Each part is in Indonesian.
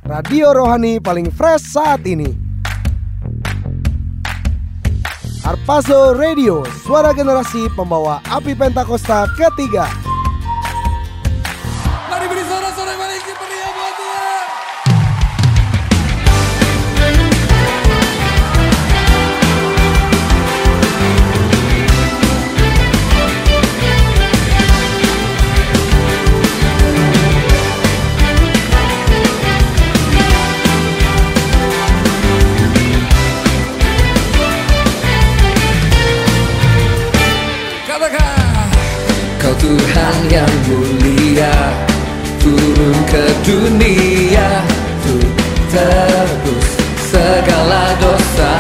radio rohani paling fresh saat ini. Harpazo Radio, suara generasi pembawa api Pentakosta ketiga. Mari beri sorak-sorai balik meriah buat Tuhan. Kau Tuhan yang mulia, turun ke dunia untuk tebus segala dosa.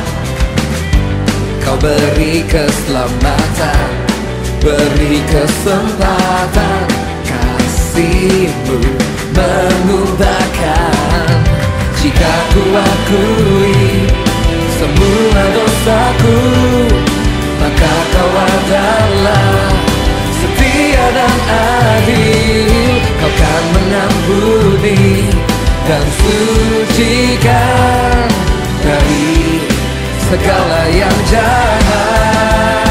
Kau beri keselamatan, beri kesempatan, kasih-Mu mengubahkan. Jika ku akui semua dosaku, maka Kau adalah setia dan adil. Kau kan mengampuni dan sucikan dari segala yang jahat.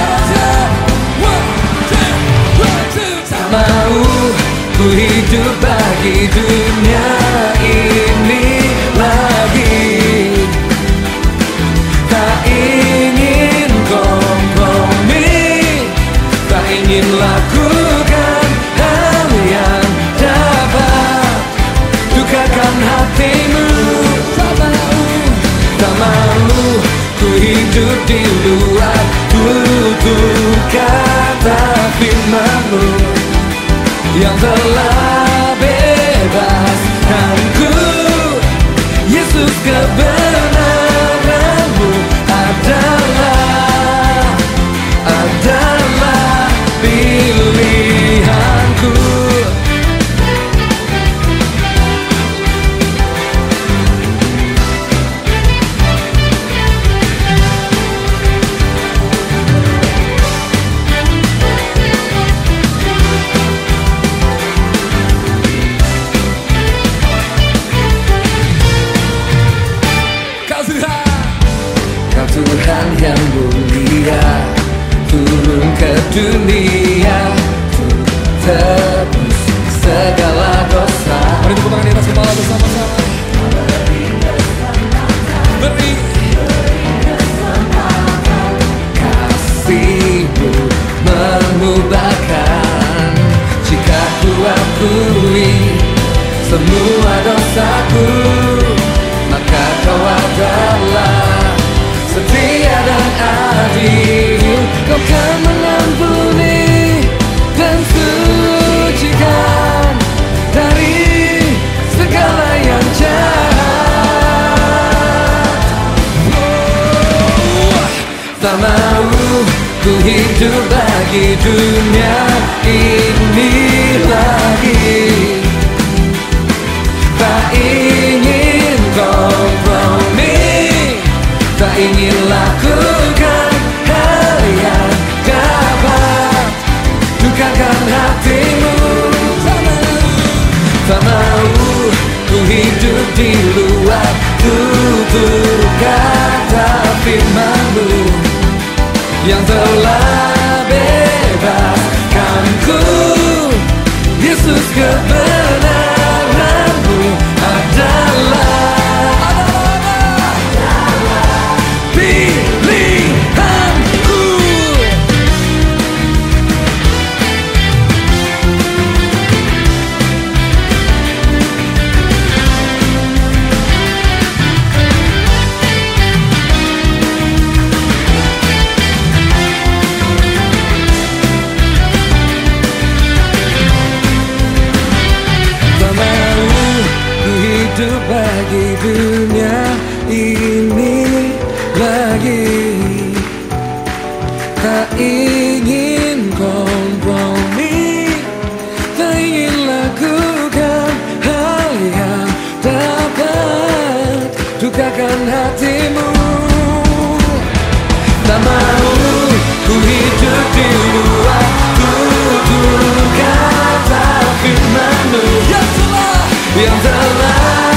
Tak mau ku hidup bagi dunia ini lagi. Tak ingin kompromi, tak ingin lakukan hal yang dapat dukakan hatimu. Tak mau ku hidup di luar tutur kata firman-Mu yang telah bebaskanku. Yesus, kebenaran-Mu adalah pilihanku. Kau Tuhan yang mulia, turun ke dunia untuk tebus segala dosa. Mari tepuk tangan di atas kepala bersama-sama. Beri kesempatan, kasih-Mu mengubahkan. Jika ku akui semua dosaku, maka Kau adalah setia dan adil. Kau kan mengampuni dan sucikan dari segala yang jahat. Tak mau ku hidup bagi dunia ini lagi. Tak ingin kompromi, tak ingin lakukan hal yang dapat dukakan hatimu. Tak mau ku hidup di luar tutur kata firman-Mu yang telah bebaskanku. Yesus, kebenaran-Mu adalah pilihanku. Tak mau ku hidup bagi dunia ini lagi. Tak ingin kompromi, tak ingin lakukan hal yang dapat dukakan hatimu. Tak mau ku hidup di luar tutur kata firman-Mu yang telah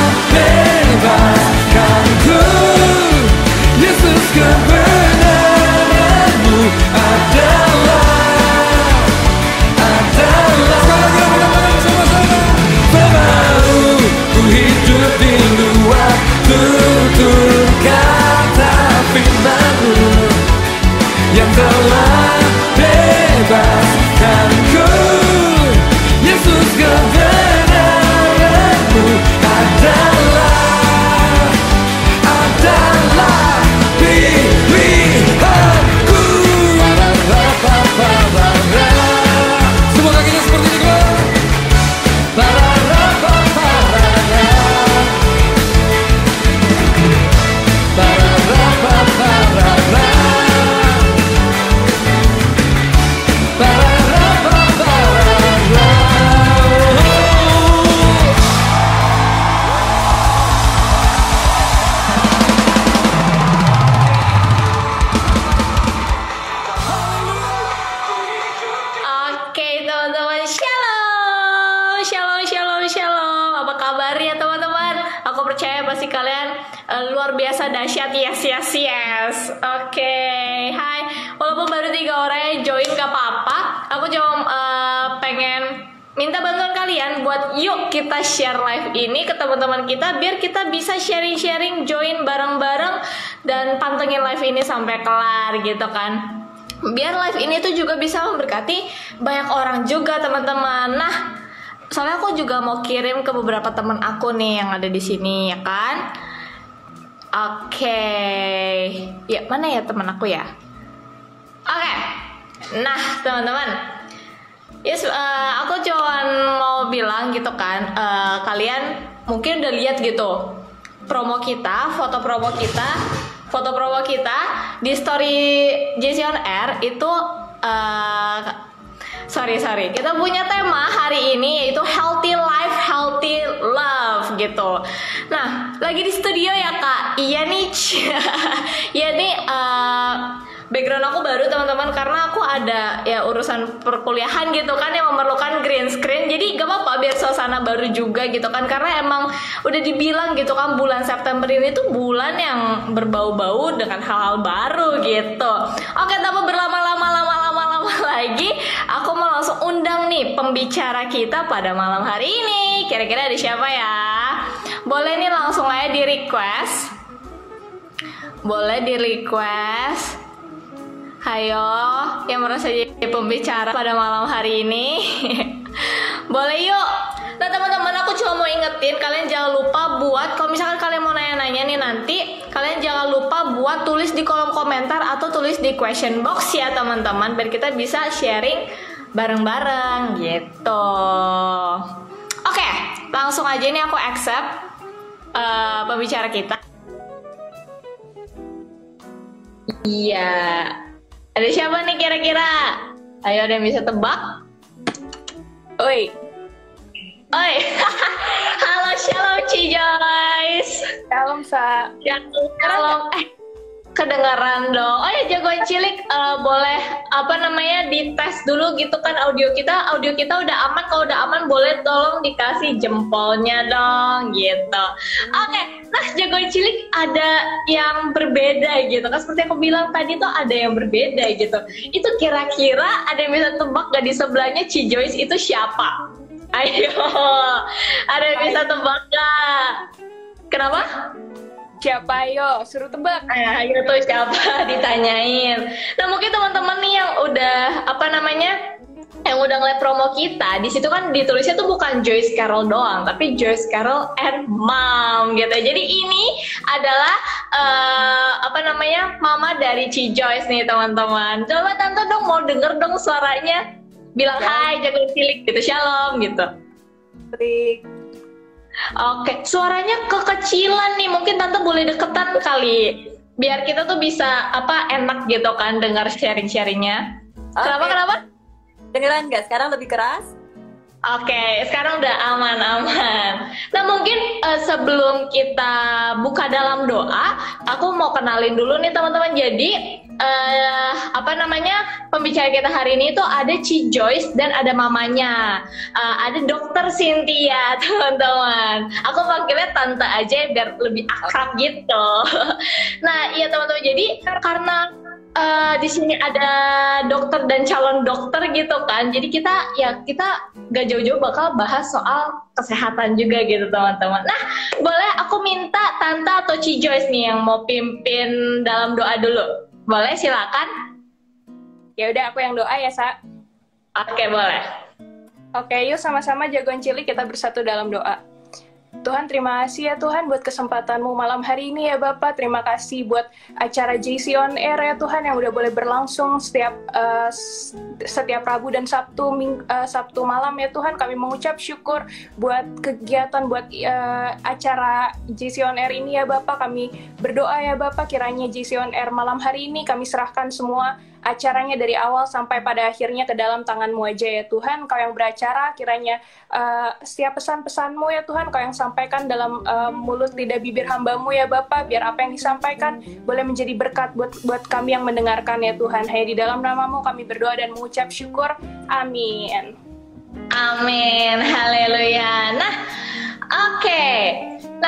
apa kabarnya teman-teman? Aku percaya pasti kalian luar biasa dahsyat. Yes. Oke, hai. Walaupun baru 3 orang yang join gak apa-apa. Aku cuma pengen minta bantuan kalian buat yuk kita share live ini ke teman-teman kita biar kita bisa sharing-sharing, join bareng-bareng dan pantengin live ini sampai kelar gitu kan. Biar live ini tuh juga bisa memberkati banyak orang juga teman-teman. Nah, soalnya aku juga mau kirim ke beberapa teman aku nih yang ada di sini ya kan. Oke. Ya, mana ya teman aku ya? Oke. Nah, teman-teman. Yes, aku cuman mau bilang gitu kan, kalian mungkin udah lihat gitu promo kita, foto promo kita di story JC on Air itu sorry kita punya tema hari ini yaitu healthy life, healthy love gitu. Nah, lagi di studio ya Kak. Iya nih. Ya nih background aku baru teman-teman karena aku ada ya urusan perkuliahan gitu kan yang memerlukan green screen. Jadi gak apa-apa biar suasana baru juga gitu kan, karena emang udah dibilang gitu kan bulan September ini tuh bulan yang berbau-bau dengan hal-hal baru gitu. Oke, tanpa berlama-lama lagi, aku mau langsung undang nih pembicara kita pada malam hari ini. Kira-kira ada siapa ya? Boleh nih langsung aja di request. Hayo, yang merasa jadi pembicara pada malam hari ini. Boleh yuk. Nah teman-teman, aku cuma mau ingetin kalian jangan lupa buat, kalau misalkan kalian mau nanya-nanya nih nanti, kalian jangan lupa buat tulis di kolom komentar atau tulis di question box ya teman-teman, biar kita bisa sharing bareng-bareng gitu. Oke, langsung aja nih aku accept pembicara kita. Iya. Ada siapa nih kira-kira? Ayo, ada yang bisa tebak? Oi. Halo, shalom Cijoys. Shalom, Sa. Shalom. Kedengaran dong. Oh ya, jagoan cilik, boleh dites dulu gitu kan audio kita udah aman. Kalau udah aman boleh tolong dikasih jempolnya dong gitu. Oke. Nah, jagoan cilik ada yang berbeda gitu kan, seperti aku bilang tadi tuh ada yang berbeda gitu. Itu kira-kira ada yang bisa tebak gak di sebelahnya Ci Joyce itu siapa? Ayo, ada yang bisa tebak gak? Kenapa? Siapa, ayo? Suruh tebak. Ayo tuh siapa ditanyain. Nah, mungkin teman-teman nih yang udah yang udah ngeliat promo kita, di situ kan ditulisnya tuh bukan Joyce Carol doang, tapi Joyce Carol and Mom gitu. Jadi ini adalah mama dari Ci Joyce nih teman-teman. Coba tante dong mau denger dong suaranya. Bilang hai jago cilik gitu, shalom gitu. Oke, suaranya kekecilan nih. Mungkin tante boleh deketan kali. Biar kita tuh bisa enak gitu kan dengar sharing-sharingnya. Kenapa? Beneran nggak? Sekarang lebih keras? Oke, sekarang udah aman-aman. Nah, mungkin sebelum kita buka dalam doa, aku mau kenalin dulu nih teman-teman. Jadi, pembicara kita hari ini tuh ada Ci Joyce dan ada mamanya. Ada Dokter Cynthia, teman-teman. Aku panggilnya tante aja biar lebih akrab gitu. Nah, iya teman-teman. Jadi, karena di sini ada dokter dan calon dokter gitu kan, jadi kita gak jauh-jauh bakal bahas soal kesehatan juga gitu teman-teman. Nah, boleh aku minta tante atau Ci Joyce nih yang mau pimpin dalam doa dulu, boleh? Silakan. Ya udah, aku yang doa ya, Sa. Oke, boleh. Oke, yuk sama-sama jagoan cilik kita bersatu dalam doa. Tuhan, terima kasih ya Tuhan buat kesempatanmu malam hari ini ya Bapak. Terima kasih buat acara JC on Air ya Tuhan yang udah boleh berlangsung setiap Rabu dan Sabtu malam ya Tuhan. Kami mengucap syukur buat kegiatan, buat acara JC on Air ini ya Bapak. Kami berdoa ya Bapak, kiranya JC on Air malam hari ini kami serahkan semua acaranya dari awal sampai pada akhirnya ke dalam tangan-Mu aja ya Tuhan. Kau yang beracara, kiranya setiap pesan-pesan-Mu ya Tuhan, Kau yang sampaikan dalam mulut lidah bibir hamba-Mu ya Bapa, biar apa yang disampaikan boleh menjadi berkat buat kami yang mendengarkan ya Tuhan. Hanya di dalam nama-Mu kami berdoa dan mengucap syukur. Amin. Amin. Haleluya. Nah,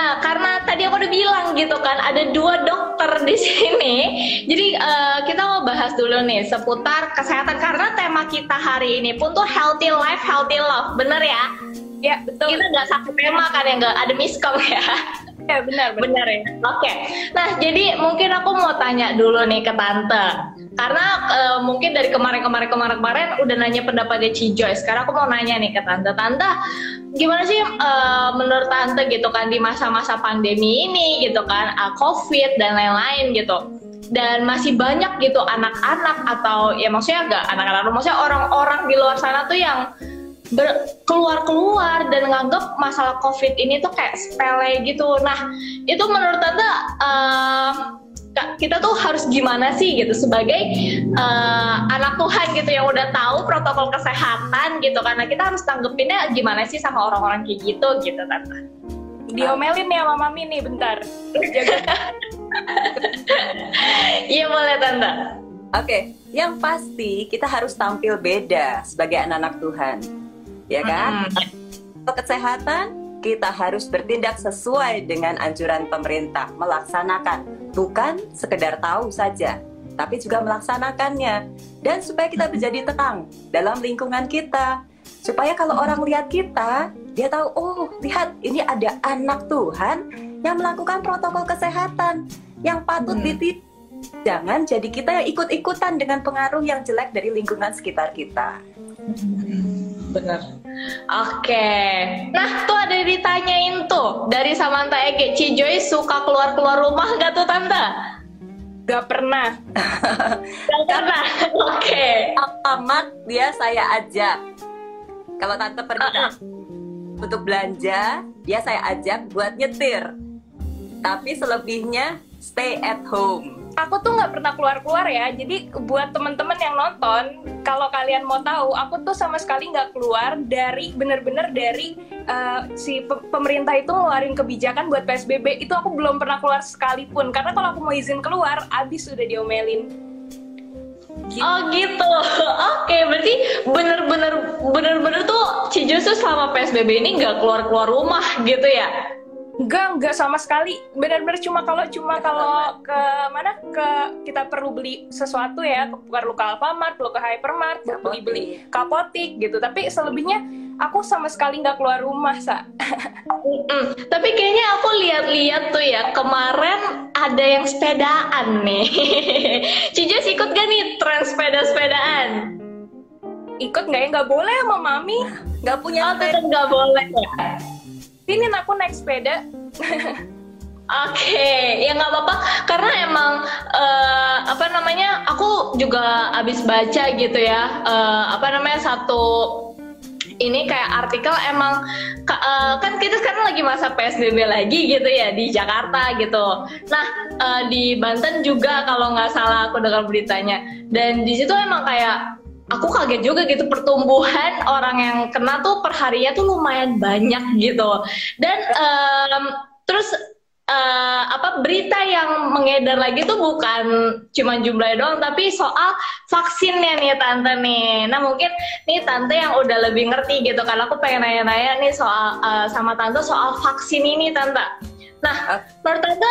Nah, karena tadi aku udah bilang gitu kan, ada 2 dokter di sini. Jadi kita mau bahas dulu nih seputar kesehatan karena tema kita hari ini pun tuh healthy life, healthy love, bener ya? Ya, betul. Kita nggak satu tema kan ya, nggak ada miskom ya? Ya, benar. Benar ya. Oke. Nah, jadi mungkin aku mau tanya dulu nih ke Tante. Karena mungkin dari kemarin udah nanya pendapatnya Cijoy. Sekarang aku mau nanya nih ke Tante. Tante, gimana sih menurut Tante gitu kan di masa-masa pandemi ini gitu kan, COVID dan lain-lain gitu. Dan masih banyak gitu anak-anak atau ya maksudnya enggak anak-anak, maksudnya orang-orang di luar sana tuh yang keluar dan nganggap masalah COVID ini tuh kayak sepele gitu. Nah, itu menurut Tante kita tuh harus gimana sih gitu sebagai anak Tuhan gitu yang udah tahu protokol kesehatan gitu, karena kita harus tanggepinnya gimana sih sama orang-orang kayak gitu Tante. Diomelin ya sama Mami nih bentar. Iya boleh Tante. Oke, yang pasti kita harus tampil beda sebagai anak-anak Tuhan. Ya kan? Untuk kesehatan, kita harus bertindak sesuai dengan anjuran pemerintah, melaksanakan, bukan sekedar tahu saja, tapi juga melaksanakannya. Dan supaya kita menjadi tenang dalam lingkungan kita, supaya kalau orang lihat kita, dia tahu, oh lihat ini ada anak Tuhan yang melakukan protokol kesehatan yang patut ditiru. Jangan jadi kita yang ikut-ikutan dengan pengaruh yang jelek dari lingkungan sekitar kita. Bener. Oke. Nah, tuh ada ditanyain tuh dari Samantha Ege, Cijoy suka keluar rumah gak tuh Tante? Gak pernah. Gak pernah. Oke. Amat dia saya ajak. Kalau Tante pergi untuk belanja, dia saya ajak buat nyetir. Tapi selebihnya stay at home. Aku tuh nggak pernah keluar ya, jadi buat temen-temen yang nonton, kalau kalian mau tahu, aku tuh sama sekali nggak keluar dari bener-bener dari si pemerintah itu ngeluarin kebijakan buat PSBB, itu aku belum pernah keluar sekalipun, karena kalau aku mau izin keluar, abis udah diomelin. Gitu. Oh gitu, oke, berarti bener-bener tuh Cijoy tuh selama PSBB ini nggak keluar rumah gitu ya? Enggak sama sekali. Benar-benar cuma kalau ke mana kita perlu beli sesuatu ya, perlu ke Alfamart, perlu ke Hypermart, perlu beli ke apotik gitu. Tapi selebihnya aku sama sekali nggak keluar rumah, Sa. Tapi kayaknya aku lihat-lihat tuh ya, kemarin ada yang sepedaan nih. Cijoy ikut gak nih tren sepedaan? Ikut nggak ya? Nggak boleh sama Mami. Nggak punya tetap nggak boleh ya? Sini aku naik sepeda. Oke, ya nggak apa-apa karena emang aku juga abis baca gitu ya, satu ini kayak artikel emang kan kita sekarang lagi masa PSBB lagi gitu ya di Jakarta gitu. Nah di Banten juga kalau nggak salah aku dengar beritanya, dan di situ emang kayak aku kaget juga gitu, pertumbuhan orang yang kena tuh perharinya tuh lumayan banyak gitu. Dan terus berita yang mengedar lagi tuh bukan cuma jumlahnya doang, tapi soal vaksinnya nih Tante nih. Nah mungkin nih Tante yang udah lebih ngerti gitu, karena aku pengen nanya-nanya nih soal sama Tante soal vaksin ini Tante. Nah menurut Tante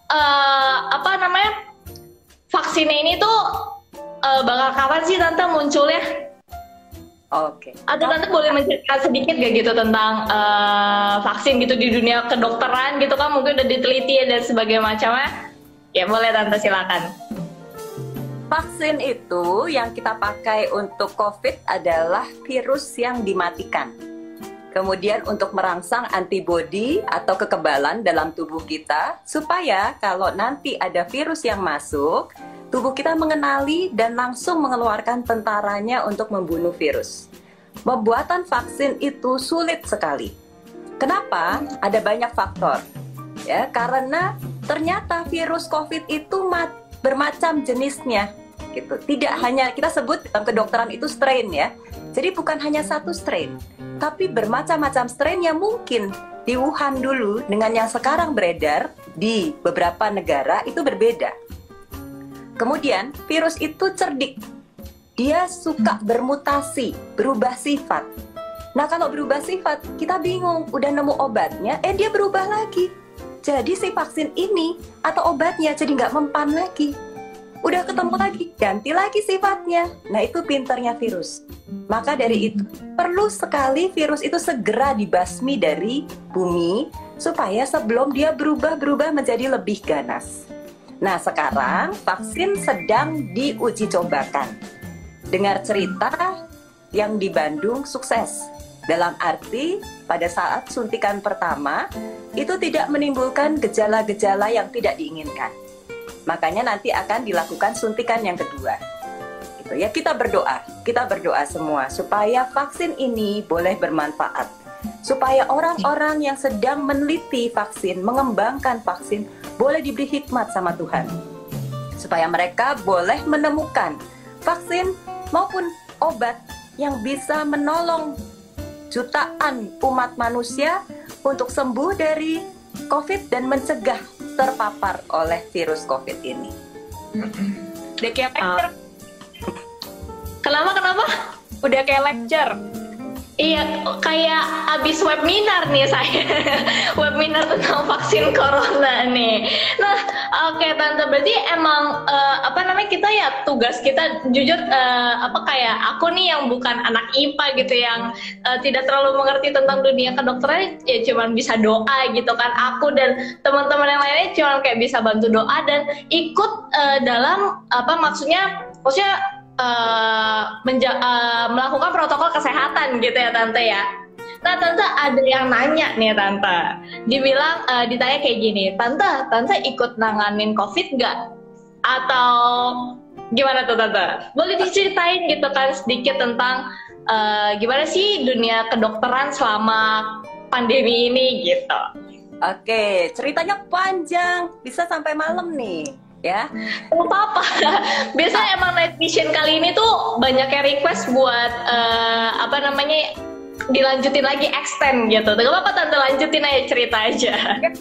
vaksinnya ini tuh bakal kapan sih Tante munculnya? Oke. Atau Tante boleh menceritakan sedikit gak gitu tentang vaksin gitu di dunia kedokteran gitu kan, mungkin udah diteliti dan sebagainya macamnya. Ya boleh Tante, silakan. Vaksin itu yang kita pakai untuk COVID adalah virus yang dimatikan. Kemudian untuk merangsang antibodi atau kekebalan dalam tubuh kita, supaya kalau nanti ada virus yang masuk, tubuh kita mengenali dan langsung mengeluarkan tentaranya untuk membunuh virus. Pembuatan vaksin itu sulit sekali. Kenapa? Ada banyak faktor. Ya, karena ternyata virus COVID itu bermacam jenisnya. Gitu. Tidak hanya kita sebut dalam kedokteran itu strain ya. Jadi bukan hanya satu strain, tapi bermacam-macam strain yang mungkin di Wuhan dulu dengan yang sekarang beredar di beberapa negara itu berbeda. Kemudian virus itu cerdik, dia suka bermutasi, berubah sifat. Nah kalau berubah sifat, kita bingung, udah nemu obatnya, dia berubah lagi. jadi si vaksin ini atau obatnya jadi nggak mempan lagi. Udah ketemu lagi, ganti lagi sifatnya. Nah itu pinternya virus. Maka dari itu perlu sekali virus itu segera dibasmi dari bumi supaya sebelum dia berubah menjadi lebih ganas. Nah sekarang vaksin sedang diuji cobakan. Dengar cerita yang di Bandung sukses. Dalam arti pada saat suntikan pertama itu tidak menimbulkan gejala-gejala yang tidak diinginkan. Makanya nanti akan dilakukan suntikan yang kedua. Gitu ya, kita berdoa semua supaya vaksin ini boleh bermanfaat. Supaya orang-orang yang sedang meneliti vaksin, mengembangkan vaksin boleh diberi hikmat sama Tuhan. Supaya mereka boleh menemukan vaksin maupun obat yang bisa menolong jutaan umat manusia untuk sembuh dari COVID dan mencegah terpapar oleh virus COVID ini. Udah kayak lecture. Kenapa? Udah kayak lecture. Iya, kayak abis webinar nih saya. Webinar tentang vaksin corona nih. Nah, oke Tante, berarti emang kita ya tugas kita jujur kayak aku nih yang bukan anak IPA gitu yang tidak terlalu mengerti tentang dunia kedokteran ya cuman bisa doa gitu kan. Aku dan teman-teman yang lainnya cuman kayak bisa bantu doa dan ikut dalam melakukan protokol kesehatan gitu ya Tante ya. Nah Tante ada yang nanya nih Tante, ditanya kayak gini, Tante ikut nanganin COVID nggak? Atau gimana tuh Tante? Boleh diceritain gitu kan sedikit tentang gimana sih dunia kedokteran selama pandemi ini gitu. Oke, ceritanya panjang, bisa sampai malam nih. Ya, nggak apa-apa. Biasanya emang netizen kali ini tuh banyak yang request buat dilanjutin lagi extend gitu. Gak apa-apa Tante, lanjutin aja cerita aja.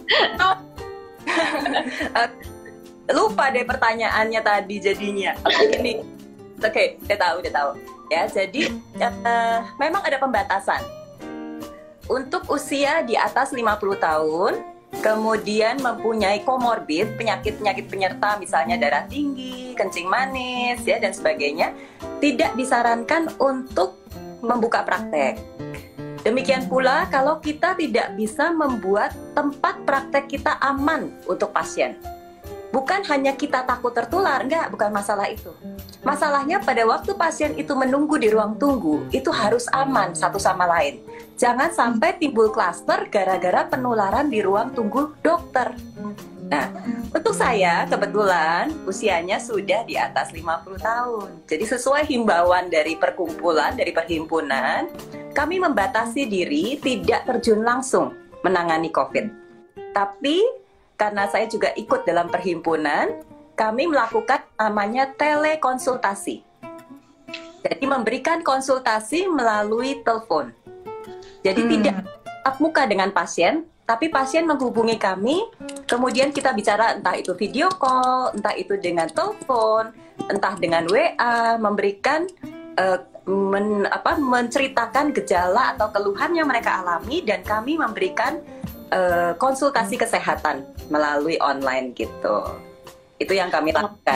Lupa deh pertanyaannya tadi jadinya. Oke, udah tahu. Ya, jadi memang ada pembatasan untuk usia di atas 50 tahun. Kemudian mempunyai komorbid, penyakit-penyakit penyerta misalnya darah tinggi, kencing manis, ya dan sebagainya, tidak disarankan untuk membuka praktek. Demikian pula kalau kita tidak bisa membuat tempat praktek kita aman untuk pasien. Bukan hanya kita takut tertular, bukan masalah itu. Masalahnya pada waktu pasien itu menunggu di ruang tunggu, itu harus aman satu sama lain. Jangan sampai timbul klaster gara-gara penularan di ruang tunggu dokter. Nah, untuk saya kebetulan usianya sudah di atas 50 tahun. Jadi sesuai himbauan dari perkumpulan, dari perhimpunan, kami membatasi diri tidak terjun langsung menangani COVID. Tapi karena saya juga ikut dalam perhimpunan, kami melakukan namanya telekonsultasi. Jadi memberikan konsultasi melalui telepon. Jadi tidak tatap muka dengan pasien, tapi pasien menghubungi kami, kemudian kita bicara entah itu video call, entah itu dengan telepon, entah dengan WA, memberikan menceritakan gejala atau keluhan yang mereka alami dan kami memberikan konsultasi kesehatan melalui online gitu. Itu yang kami lakukan.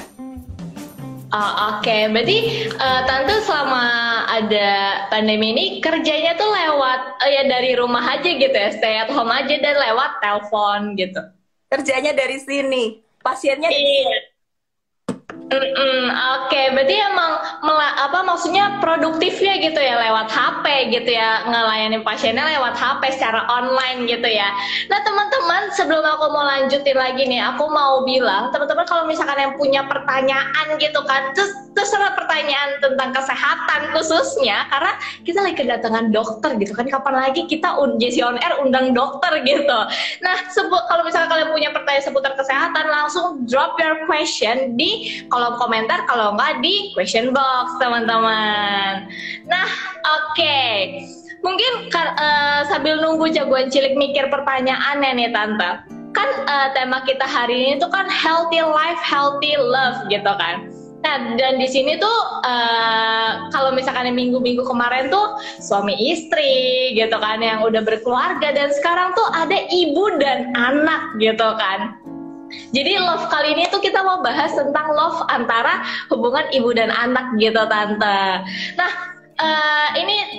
Oke, berarti Tante selama ada pandemi ini kerjanya tuh lewat dari rumah aja gitu ya, stay at home aja dan lewat telepon gitu. Kerjanya dari sini, pasiennya di sini. Oke, berarti emang maksudnya produktifnya gitu ya lewat HP gitu ya, ngelayanin pasiennya lewat HP secara online gitu ya. Nah teman-teman, sebelum aku mau lanjutin lagi nih, aku mau bilang teman-teman kalau misalkan yang punya pertanyaan gitu kan, terserah pertanyaan tentang kesehatan khususnya, karena kita lagi kedatangan dokter gitu kan, kapan lagi kita JC on Air undang dokter gitu. Nah kalau misalkan kalian punya pertanyaan seputar kesehatan, langsung drop your question di kolom komentar, kalau nggak di question box teman-teman. Nah oke. Mungkin sambil nunggu jagoan cilik mikir pertanyaannya nih Tante, kan tema kita hari ini tuh kan healthy life, healthy love gitu kan. Nah, dan di sini tuh kalau misalkan minggu-minggu kemarin tuh suami istri gitu kan yang udah berkeluarga, dan sekarang tuh ada ibu dan anak gitu kan. Jadi love kali ini tuh kita mau bahas tentang love antara hubungan ibu dan anak gitu Tante. Nah, ini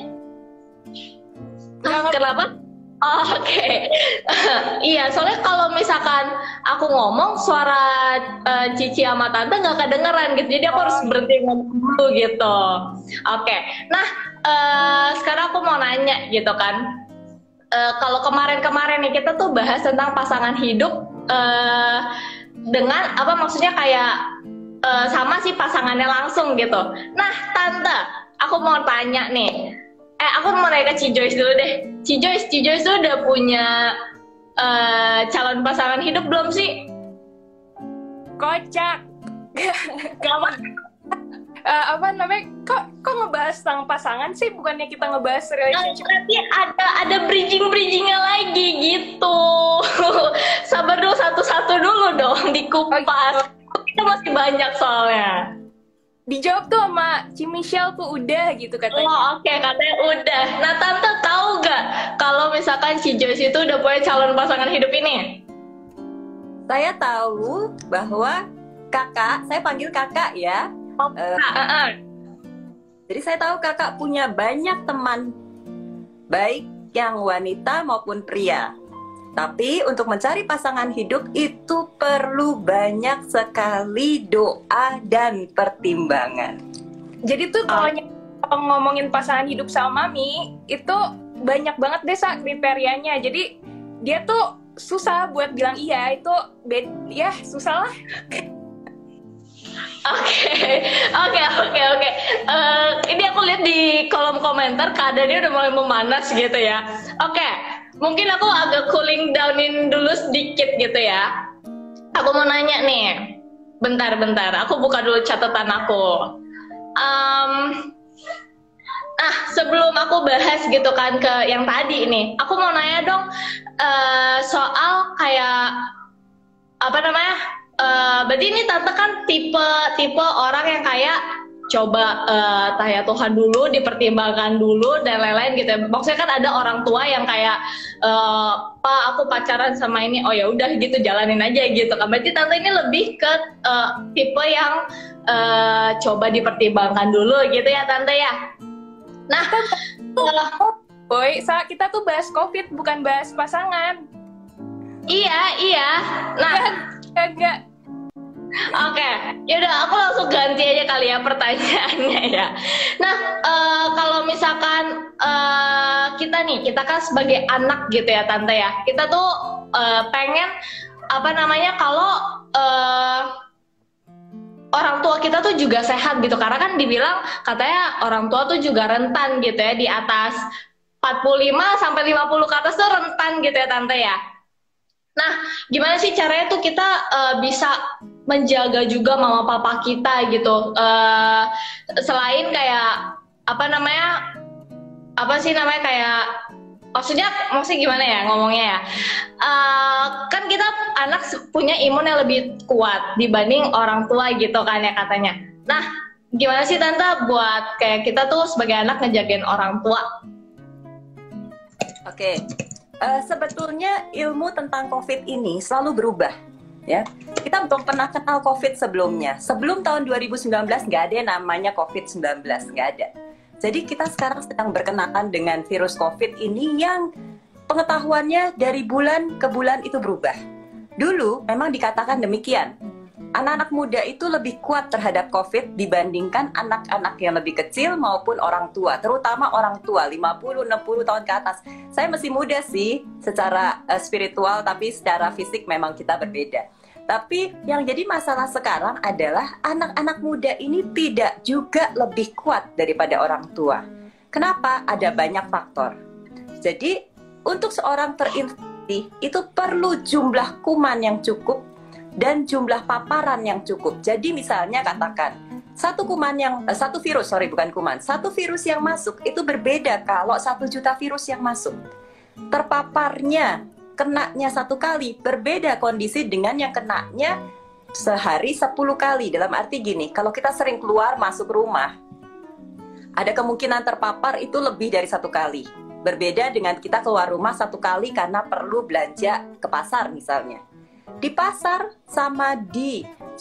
kenapa? Oke. Iya, soalnya kalau misalkan aku ngomong suara Cici sama Tante nggak kedengeran gitu, jadi aku harus berhenti ngomong dulu gitu. Oke. Nah, sekarang aku mau nanya gitu kan. Kalau kemarin-kemarin nih kita tuh bahas tentang pasangan hidup dengan apa maksudnya kayak sama si pasangannya langsung gitu. Nah, Tante, aku mau tanya nih. Aku mau nanya ke Ci Joyce dulu deh. Ci Joyce tuh udah punya calon pasangan hidup belum sih? Kocak. Kenapa? Apa namanya? Kok ngebahas tentang pasangan sih? Bukannya kita ngebahas relationship? Nanti ada bridgingnya lagi gitu. Sabar dulu, satu-satu dulu dong dikupas. Kita masih banyak soalnya. Dijawab tuh sama Ci Michelle tuh udah gitu katanya. Oh oke, katanya udah. Nah Tante tahu gak kalau misalkan si Joyce itu udah punya calon pasangan hidup ini? Saya tahu bahwa kakak, saya panggil kakak ya. Jadi saya tahu kakak punya banyak teman, baik yang wanita maupun pria. Tapi untuk mencari pasangan hidup itu perlu banyak sekali doa dan pertimbangan. Jadi tuh kalau ngomongin pasangan hidup sama Mami, itu banyak banget deh kriterianya. Jadi dia tuh susah buat bilang iya, itu ya susah lah. Oke. Ini aku lihat di kolom komentar keadaannya udah mulai memanas gitu ya. Oke. Mungkin aku agak cooling downin dulu sedikit gitu ya. Aku mau nanya nih. Bentar. Aku buka dulu catatan aku. Sebelum aku bahas gitu kan ke yang tadi ini, aku mau nanya dong soal kayak apa namanya? Berarti ini Tante kan tipe orang yang kayak coba tanya Tuhan dulu, dipertimbangkan dulu dan lain-lain gitu ya. Maksudnya kan ada orang tua yang kayak Pak aku pacaran sama ini, oh ya udah gitu jalanin aja gitu kan. Berarti Tante ini lebih ke tipe yang coba dipertimbangkan dulu gitu ya Tante ya. Nah, Boy, kita tuh bahas COVID bukan bahas pasangan. Iya. Nah, enggak. Oke, yaudah aku langsung ganti aja kali ya pertanyaannya ya. Nah, kalau misalkan kita kan sebagai anak gitu ya Tante ya, kita tuh pengen apa namanya kalau orang tua kita tuh juga sehat gitu, karena kan dibilang katanya orang tua tuh juga rentan gitu ya, di atas 45 sampai 50 ke atas tuh rentan gitu ya Tante ya. Nah, gimana sih caranya tuh kita bisa menjaga juga mama papa kita gitu, selain kayak maksudnya gimana ya ngomongnya ya, kan kita anak punya imun yang lebih kuat dibanding orang tua gitu kan ya katanya. Nah, gimana sih Tante buat kayak kita tuh sebagai anak ngejagain orang tua? Oke. Sebetulnya ilmu tentang COVID ini selalu berubah, ya. Kita belum pernah kenal COVID sebelumnya. Sebelum tahun 2019 nggak ada yang namanya COVID-19, nggak ada. Jadi kita sekarang sedang berkenalan dengan virus COVID ini yang pengetahuannya dari bulan ke bulan itu berubah. Dulu memang dikatakan demikian. Anak-anak muda itu lebih kuat terhadap COVID dibandingkan anak-anak yang lebih kecil maupun orang tua, terutama orang tua 50-60 tahun ke atas. Saya masih muda sih secara spiritual, tapi secara fisik memang kita berbeda. Tapi yang jadi masalah sekarang adalah anak-anak muda ini tidak juga lebih kuat daripada orang tua. Kenapa? Ada banyak faktor. Jadi untuk seorang terinfeksi itu perlu jumlah kuman yang cukup dan jumlah paparan yang cukup. Jadi misalnya katakan satu virus yang masuk itu berbeda kalau 1 juta virus yang masuk. Terpaparnya, kenanya 1 kali berbeda kondisi dengan yang kenanya sehari 10 kali. Dalam arti gini, kalau kita sering keluar masuk rumah, ada kemungkinan terpapar itu lebih dari 1 kali. Berbeda dengan kita keluar rumah 1 kali karena perlu belanja ke pasar misalnya. Di pasar sama di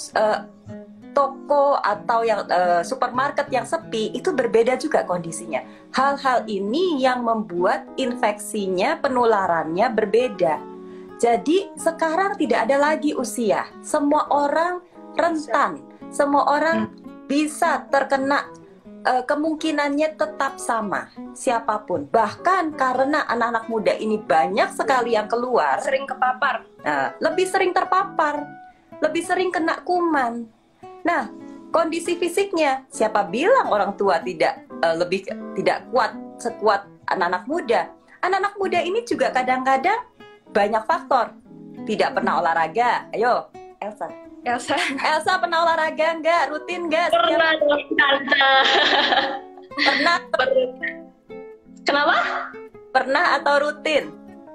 toko atau yang supermarket yang sepi itu berbeda juga kondisinya. Hal-hal ini yang membuat infeksinya, penularannya berbeda. Jadi sekarang tidak ada lagi usia. Semua orang rentan, semua orang bisa terkena. Kemungkinannya tetap sama siapapun. Bahkan karena anak-anak muda ini banyak sekali yang keluar, Sering kepapar. lebih sering terpapar, lebih sering kena kuman. Nah, kondisi fisiknya, siapa bilang orang tua tidak kuat sekuat anak-anak muda? Anak-anak muda ini juga kadang-kadang banyak faktor. Tidak pernah olahraga. Ayo, Elsa. Elsa pernah olahraga nggak? Rutin nggak? Pernah dong, Tante. Pernah? Kenapa? Pernah atau rutin?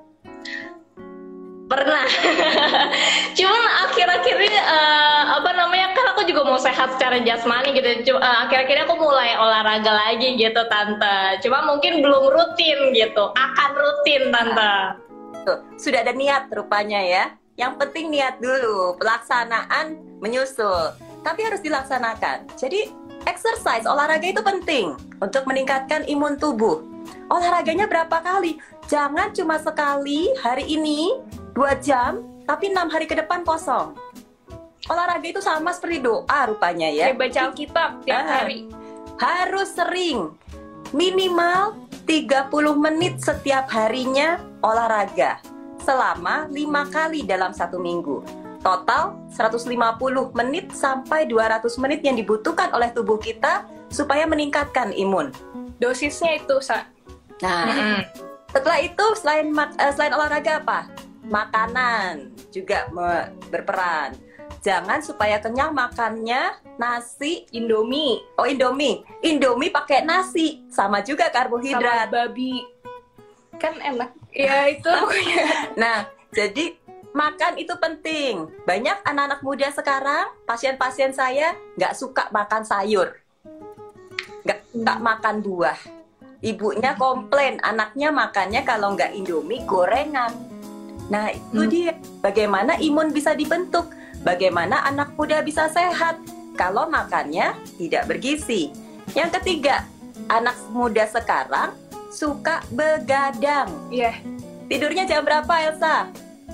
Pernah. Cuman akhir-akhir ini kan aku juga mau sehat secara jasmani gitu. Akhir-akhir ini aku mulai olahraga lagi gitu, Tante. Cuma mungkin belum rutin gitu. Akan rutin, Tante. Tuh, sudah ada niat rupanya ya. Yang penting niat dulu, pelaksanaan menyusul. Tapi harus dilaksanakan. Jadi exercise, olahraga itu penting untuk meningkatkan imun tubuh. Olahraganya berapa kali? Jangan cuma sekali hari ini 2 jam, tapi 6 hari ke depan kosong. Olahraga itu sama seperti doa rupanya ya. Kayak baca Alkitab tiap hari. Harus sering, minimal 30 menit setiap harinya olahraga. Selama 5 kali dalam 1 minggu. Total 150 menit sampai 200 menit yang dibutuhkan oleh tubuh kita supaya meningkatkan imun. Dosisnya itu, Sa. Nah, setelah itu selain olahraga apa? Makanan juga berperan. Jangan supaya kenyang makannya nasi, Indomie. Oh, Indomie pakai nasi, sama juga karbohidrat. Sama babi. Kan enak. Ya itu pokoknya. Nah, jadi makan itu penting. Banyak anak-anak muda sekarang, pasien-pasien saya nggak suka makan sayur, nggak suka makan buah. Ibunya komplain, anaknya makannya kalau nggak Indomie, gorengan. Nah, itu dia. Bagaimana imun bisa dibentuk? Bagaimana anak muda bisa sehat kalau makannya tidak bergizi? Yang ketiga, anak muda sekarang suka begadang. Iya. Tidurnya jam berapa, Elsa?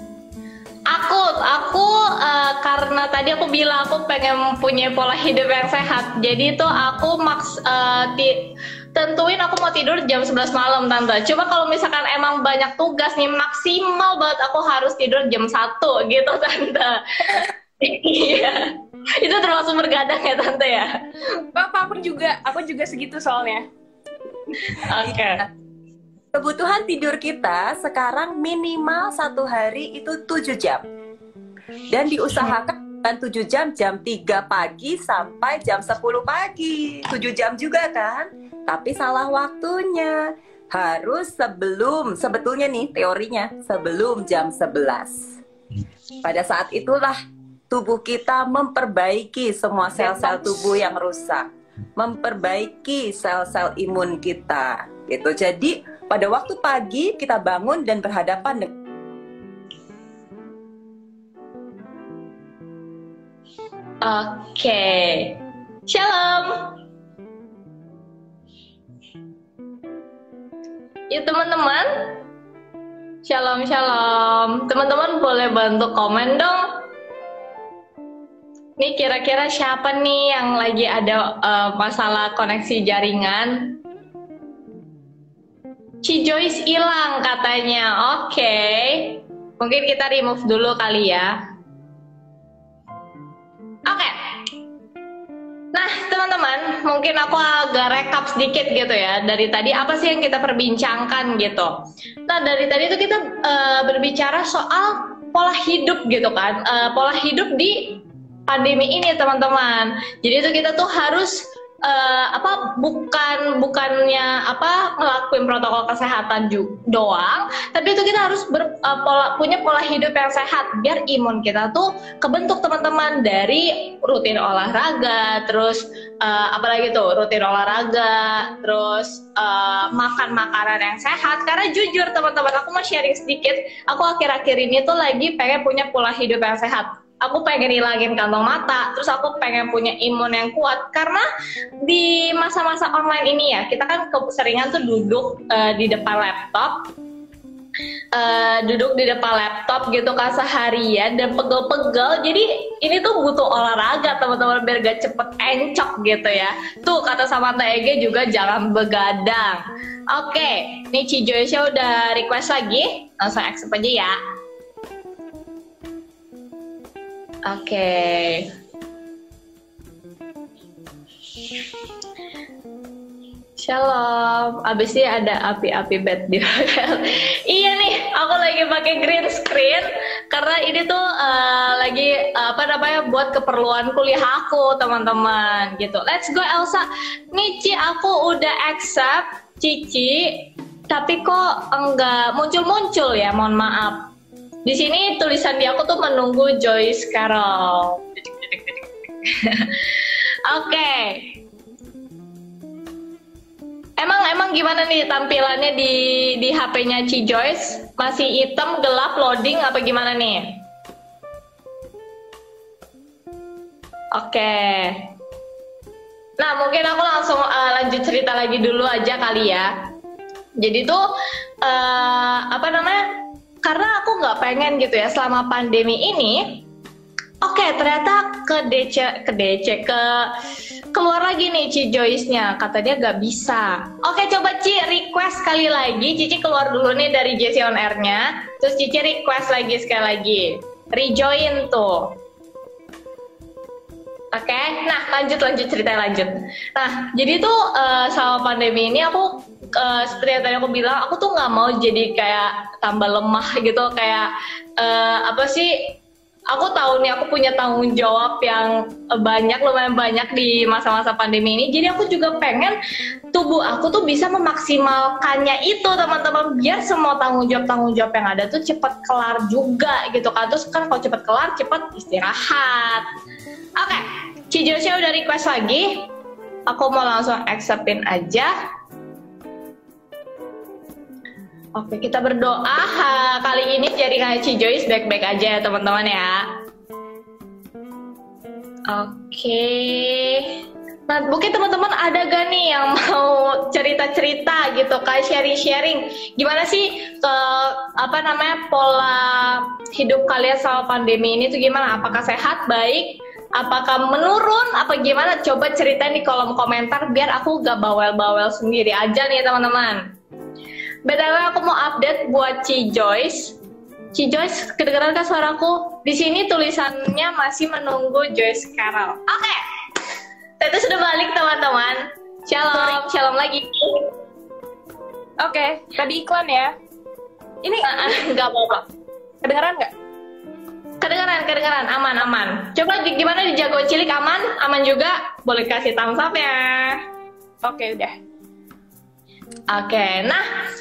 Aku karena tadi aku bilang aku pengen punya pola hidup yang sehat. Jadi itu aku tentuin aku mau tidur jam 11 malam, Tante. Cuma kalau misalkan emang banyak tugas nih, maksimal banget aku harus tidur jam 1 gitu, Tante. Iya. Itu termasuk bergadang ya, Tante ya? Aku juga segitu soalnya. Oke. Kebutuhan tidur kita sekarang minimal 1 hari itu 7 jam. Dan diusahakan 7 jam, jam 3 pagi sampai jam 10 pagi. 7 jam juga kan? Tapi salah waktunya. Harus sebetulnya nih teorinya, sebelum jam 11. Pada saat itulah tubuh kita memperbaiki semua sel-sel tubuh yang rusak. Memperbaiki sel-sel imun kita. Gitu. Jadi pada waktu pagi kita bangun dan berhadapan dengan Oke. Shalom. Ya teman-teman. Shalom. Teman-teman boleh bantu komen dong. Nih kira-kira siapa nih yang lagi ada masalah koneksi jaringan? Ci Joyce hilang katanya. Oke. Mungkin kita remove dulu kali ya. Oke. Nah, teman-teman, mungkin aku agak rekap sedikit gitu ya. Dari tadi apa sih yang kita perbincangkan gitu. Nah, dari tadi itu kita berbicara soal pola hidup gitu kan. Pola hidup di pandemi ini, teman-teman. Jadi itu kita tuh harus bukannya ngelakuin protokol kesehatan doang, tapi itu kita harus punya pola hidup yang sehat biar imun kita tuh kebentuk teman-teman, dari rutin olahraga, terus rutin olahraga, terus makan makanan yang sehat. Karena jujur teman-teman, aku mau sharing sedikit, aku akhir-akhir ini tuh lagi pengen punya pola hidup yang sehat. Aku pengen hilangin kantong mata, terus aku pengen punya imun yang kuat. Karena di masa-masa online ini ya, kita kan keseringan tuh duduk di depan laptop, gitu kan seharian dan pegel-pegel. Jadi ini tuh butuh olahraga teman-teman biar gak cepet encok gitu ya. Tuh kata Samantha Ege juga, jangan begadang. Oke, nih Ci Joyce udah request lagi, langsung accept aja ya. Oke. Shalom. Abis ini ada api-api bed di belakang. Iya nih, aku lagi pakai green screen karena ini tuh lagi buat keperluan kuliah aku, teman-teman, gitu. Let's go Elsa. Nih Ci, aku udah accept Cici, tapi kok enggak muncul-muncul ya, mohon maaf. Di sini tulisan di aku tuh menunggu Joyce Carol. Oke. Emang gimana nih tampilannya di HP-nya Ci Joyce? Masih hitam, gelap, loading apa gimana nih? Oke. Nah, mungkin aku langsung lanjut cerita lagi dulu aja kali ya. Jadi tuh karena aku nggak pengen gitu ya selama pandemi ini. Oke, ternyata keluar lagi nih Ci Joyce-nya, katanya nggak bisa. Oke, coba Ci request sekali lagi. Cici keluar dulu nih dari JC On Air-nya, terus Cici request lagi sekali lagi, rejoin tuh. Oke, nah lanjut ceritanya lanjut. Nah, jadi tuh selama pandemi ini aku seperti yang tadi aku bilang, aku tuh nggak mau jadi kayak tambah lemah gitu, kayak aku tahu nih aku punya tanggung jawab yang lumayan banyak di masa-masa pandemi ini. Jadi aku juga pengen tubuh aku tuh bisa memaksimalkannya itu, teman-teman, biar semua tanggung jawab yang ada tuh cepat kelar juga gitu kan. Terus kan kalau cepat kelar, cepat istirahat. Oke, Ci Joyce udah request lagi. Aku mau langsung acceptin aja. Oke, kita berdoa kali ini jaringan Ci Joyce baik-baik aja ya teman-teman ya. Oke. Nah, mungkin teman-teman ada gak nih yang mau cerita-cerita gitu, kayak sharing-sharing. Gimana sih pola hidup kalian selama pandemi ini tuh gimana? Apakah sehat, baik? Apakah menurun? Apa gimana? Coba ceritain di kolom komentar biar aku gak bawel-bawel sendiri aja nih teman-teman. BTW aku mau update buat Ci Joyce. Ci Joyce, kedengeran kan suaraku? Di sini tulisannya masih menunggu Joyce Carol. Oke. Tete sudah balik teman-teman. Shalom lagi. Oke, tadi iklan ya. Ini nggak apa-apa. Kedengeran nggak? Kedengeran, aman. Coba gimana di Jago Cilik, aman juga? Boleh kasih thumbs up ya. Oke, udah. Oke, nah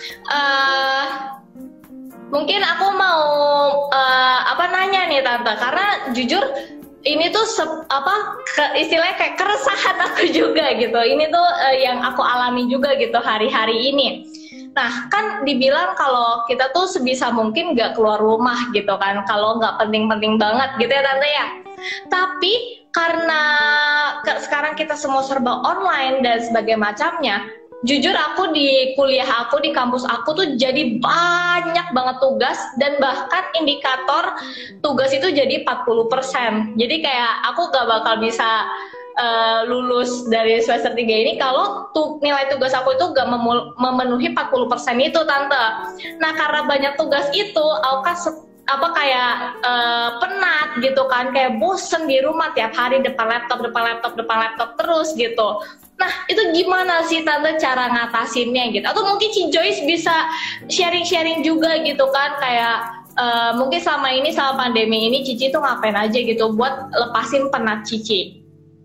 mungkin aku mau nanya nih Tante, karena jujur ini tuh istilahnya kayak keresahan aku juga gitu. Ini tuh yang aku alami juga gitu hari-hari ini. Nah, kan dibilang kalau kita tuh sebisa mungkin nggak keluar rumah gitu kan, kalau nggak penting-penting banget gitu ya Tante ya. Tapi karena sekarang kita semua serba online dan sebagainya macamnya, jujur aku di kuliah aku, di kampus aku tuh jadi banyak banget tugas, dan bahkan indikator tugas itu jadi 40%. Jadi kayak aku gak bakal bisa lulus dari semester 3 ini kalau nilai tugas aku itu gak memenuhi 40% itu Tante. Nah, karena banyak tugas itu aku kan penat gitu kan, kayak bosen di rumah tiap hari depan laptop terus gitu. Nah, itu gimana sih Tante cara ngatasinnya gitu? Atau mungkin Ci Joyce bisa sharing-sharing juga gitu kan, kayak mungkin selama ini, selama pandemi ini Cici tuh ngapain aja gitu buat lepasin penat Cici.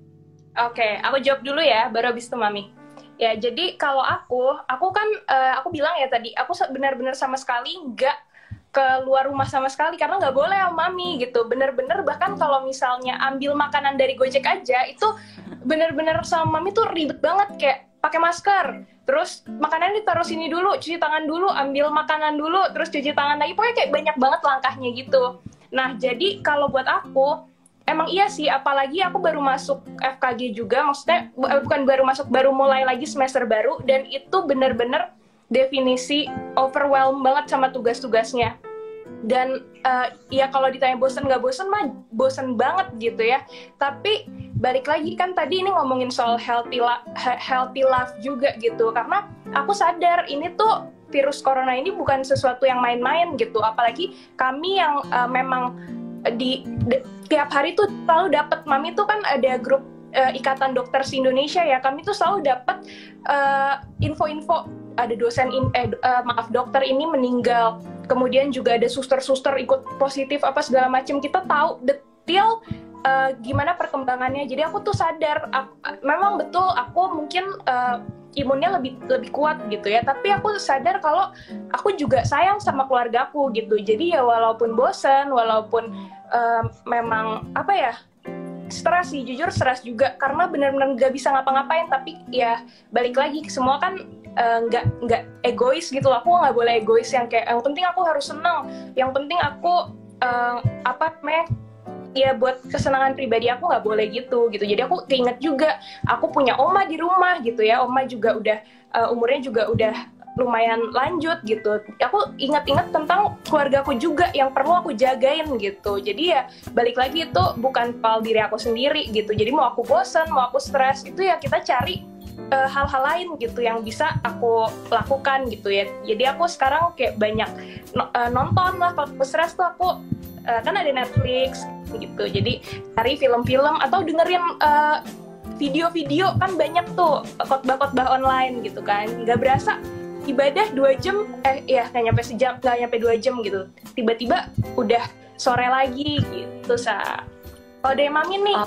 Oke, aku jawab dulu ya, baru habis itu Mami. Ya, jadi kalau aku kan aku bilang ya tadi, aku benar-benar sama sekali nggak keluar rumah sama sekali karena nggak boleh sama Mami gitu. Bener-bener bahkan kalau misalnya ambil makanan dari Gojek aja itu bener-bener sama Mami tuh ribet banget, kayak pakai masker, terus makanan ditaruh sini dulu, cuci tangan dulu, ambil makanan dulu, terus cuci tangan lagi, pokoknya kayak banyak banget langkahnya gitu. Nah, jadi kalau buat aku emang iya sih, apalagi aku baru masuk FKG juga, maksudnya bukan baru masuk, baru mulai lagi semester baru, dan itu bener-bener definisi overwhelmed banget sama tugas-tugasnya. Dan ya kalau ditanya bosen nggak bosen mah bosen banget gitu ya. Tapi balik lagi kan tadi ini ngomongin soal healthy life juga gitu. Karena aku sadar ini tuh virus corona ini bukan sesuatu yang main-main gitu. Apalagi kami yang memang tiap hari tuh selalu dapat, Mami tuh kan ada grup Ikatan Dokter Indonesia ya. Kami tuh selalu dapat info-info, ada dokter ini meninggal. Kemudian juga ada suster-suster ikut positif apa segala macam. Kita tahu detail gimana perkembangannya. Jadi aku tuh sadar, memang betul aku mungkin imunnya lebih kuat gitu ya. Tapi aku sadar kalau aku juga sayang sama keluargaku gitu. Jadi ya walaupun bosen, walaupun memang apa ya, stres sih, jujur stres juga karena benar-benar nggak bisa ngapa-ngapain. Tapi ya balik lagi, semua kan nggak egois gitu. Aku nggak boleh egois yang kayak yang penting aku harus senang, yang penting aku ya buat kesenangan pribadi aku nggak boleh gitu. Jadi aku keinget juga aku punya oma di rumah gitu ya. Oma juga udah umurnya juga udah lumayan lanjut gitu. Aku ingat-ingat tentang keluargaku juga yang perlu aku jagain gitu. Jadi ya balik lagi, itu bukan soal diri aku sendiri gitu. Jadi mau aku bosan, mau aku stres, itu ya kita cari hal-hal lain gitu yang bisa aku lakukan gitu ya. Jadi aku sekarang kayak banyak nonton lah. Kalau aku stres tuh aku kan ada Netflix gitu. Jadi cari film-film atau dengerin video-video, kan banyak tuh khotbah-khotbah online gitu kan. Nggak berasa ibadah 2 jam, nggak nyampe sejam, nggak nyampe 2 jam gitu. Tiba-tiba udah sore lagi gitu. Kalau dari Mami nih,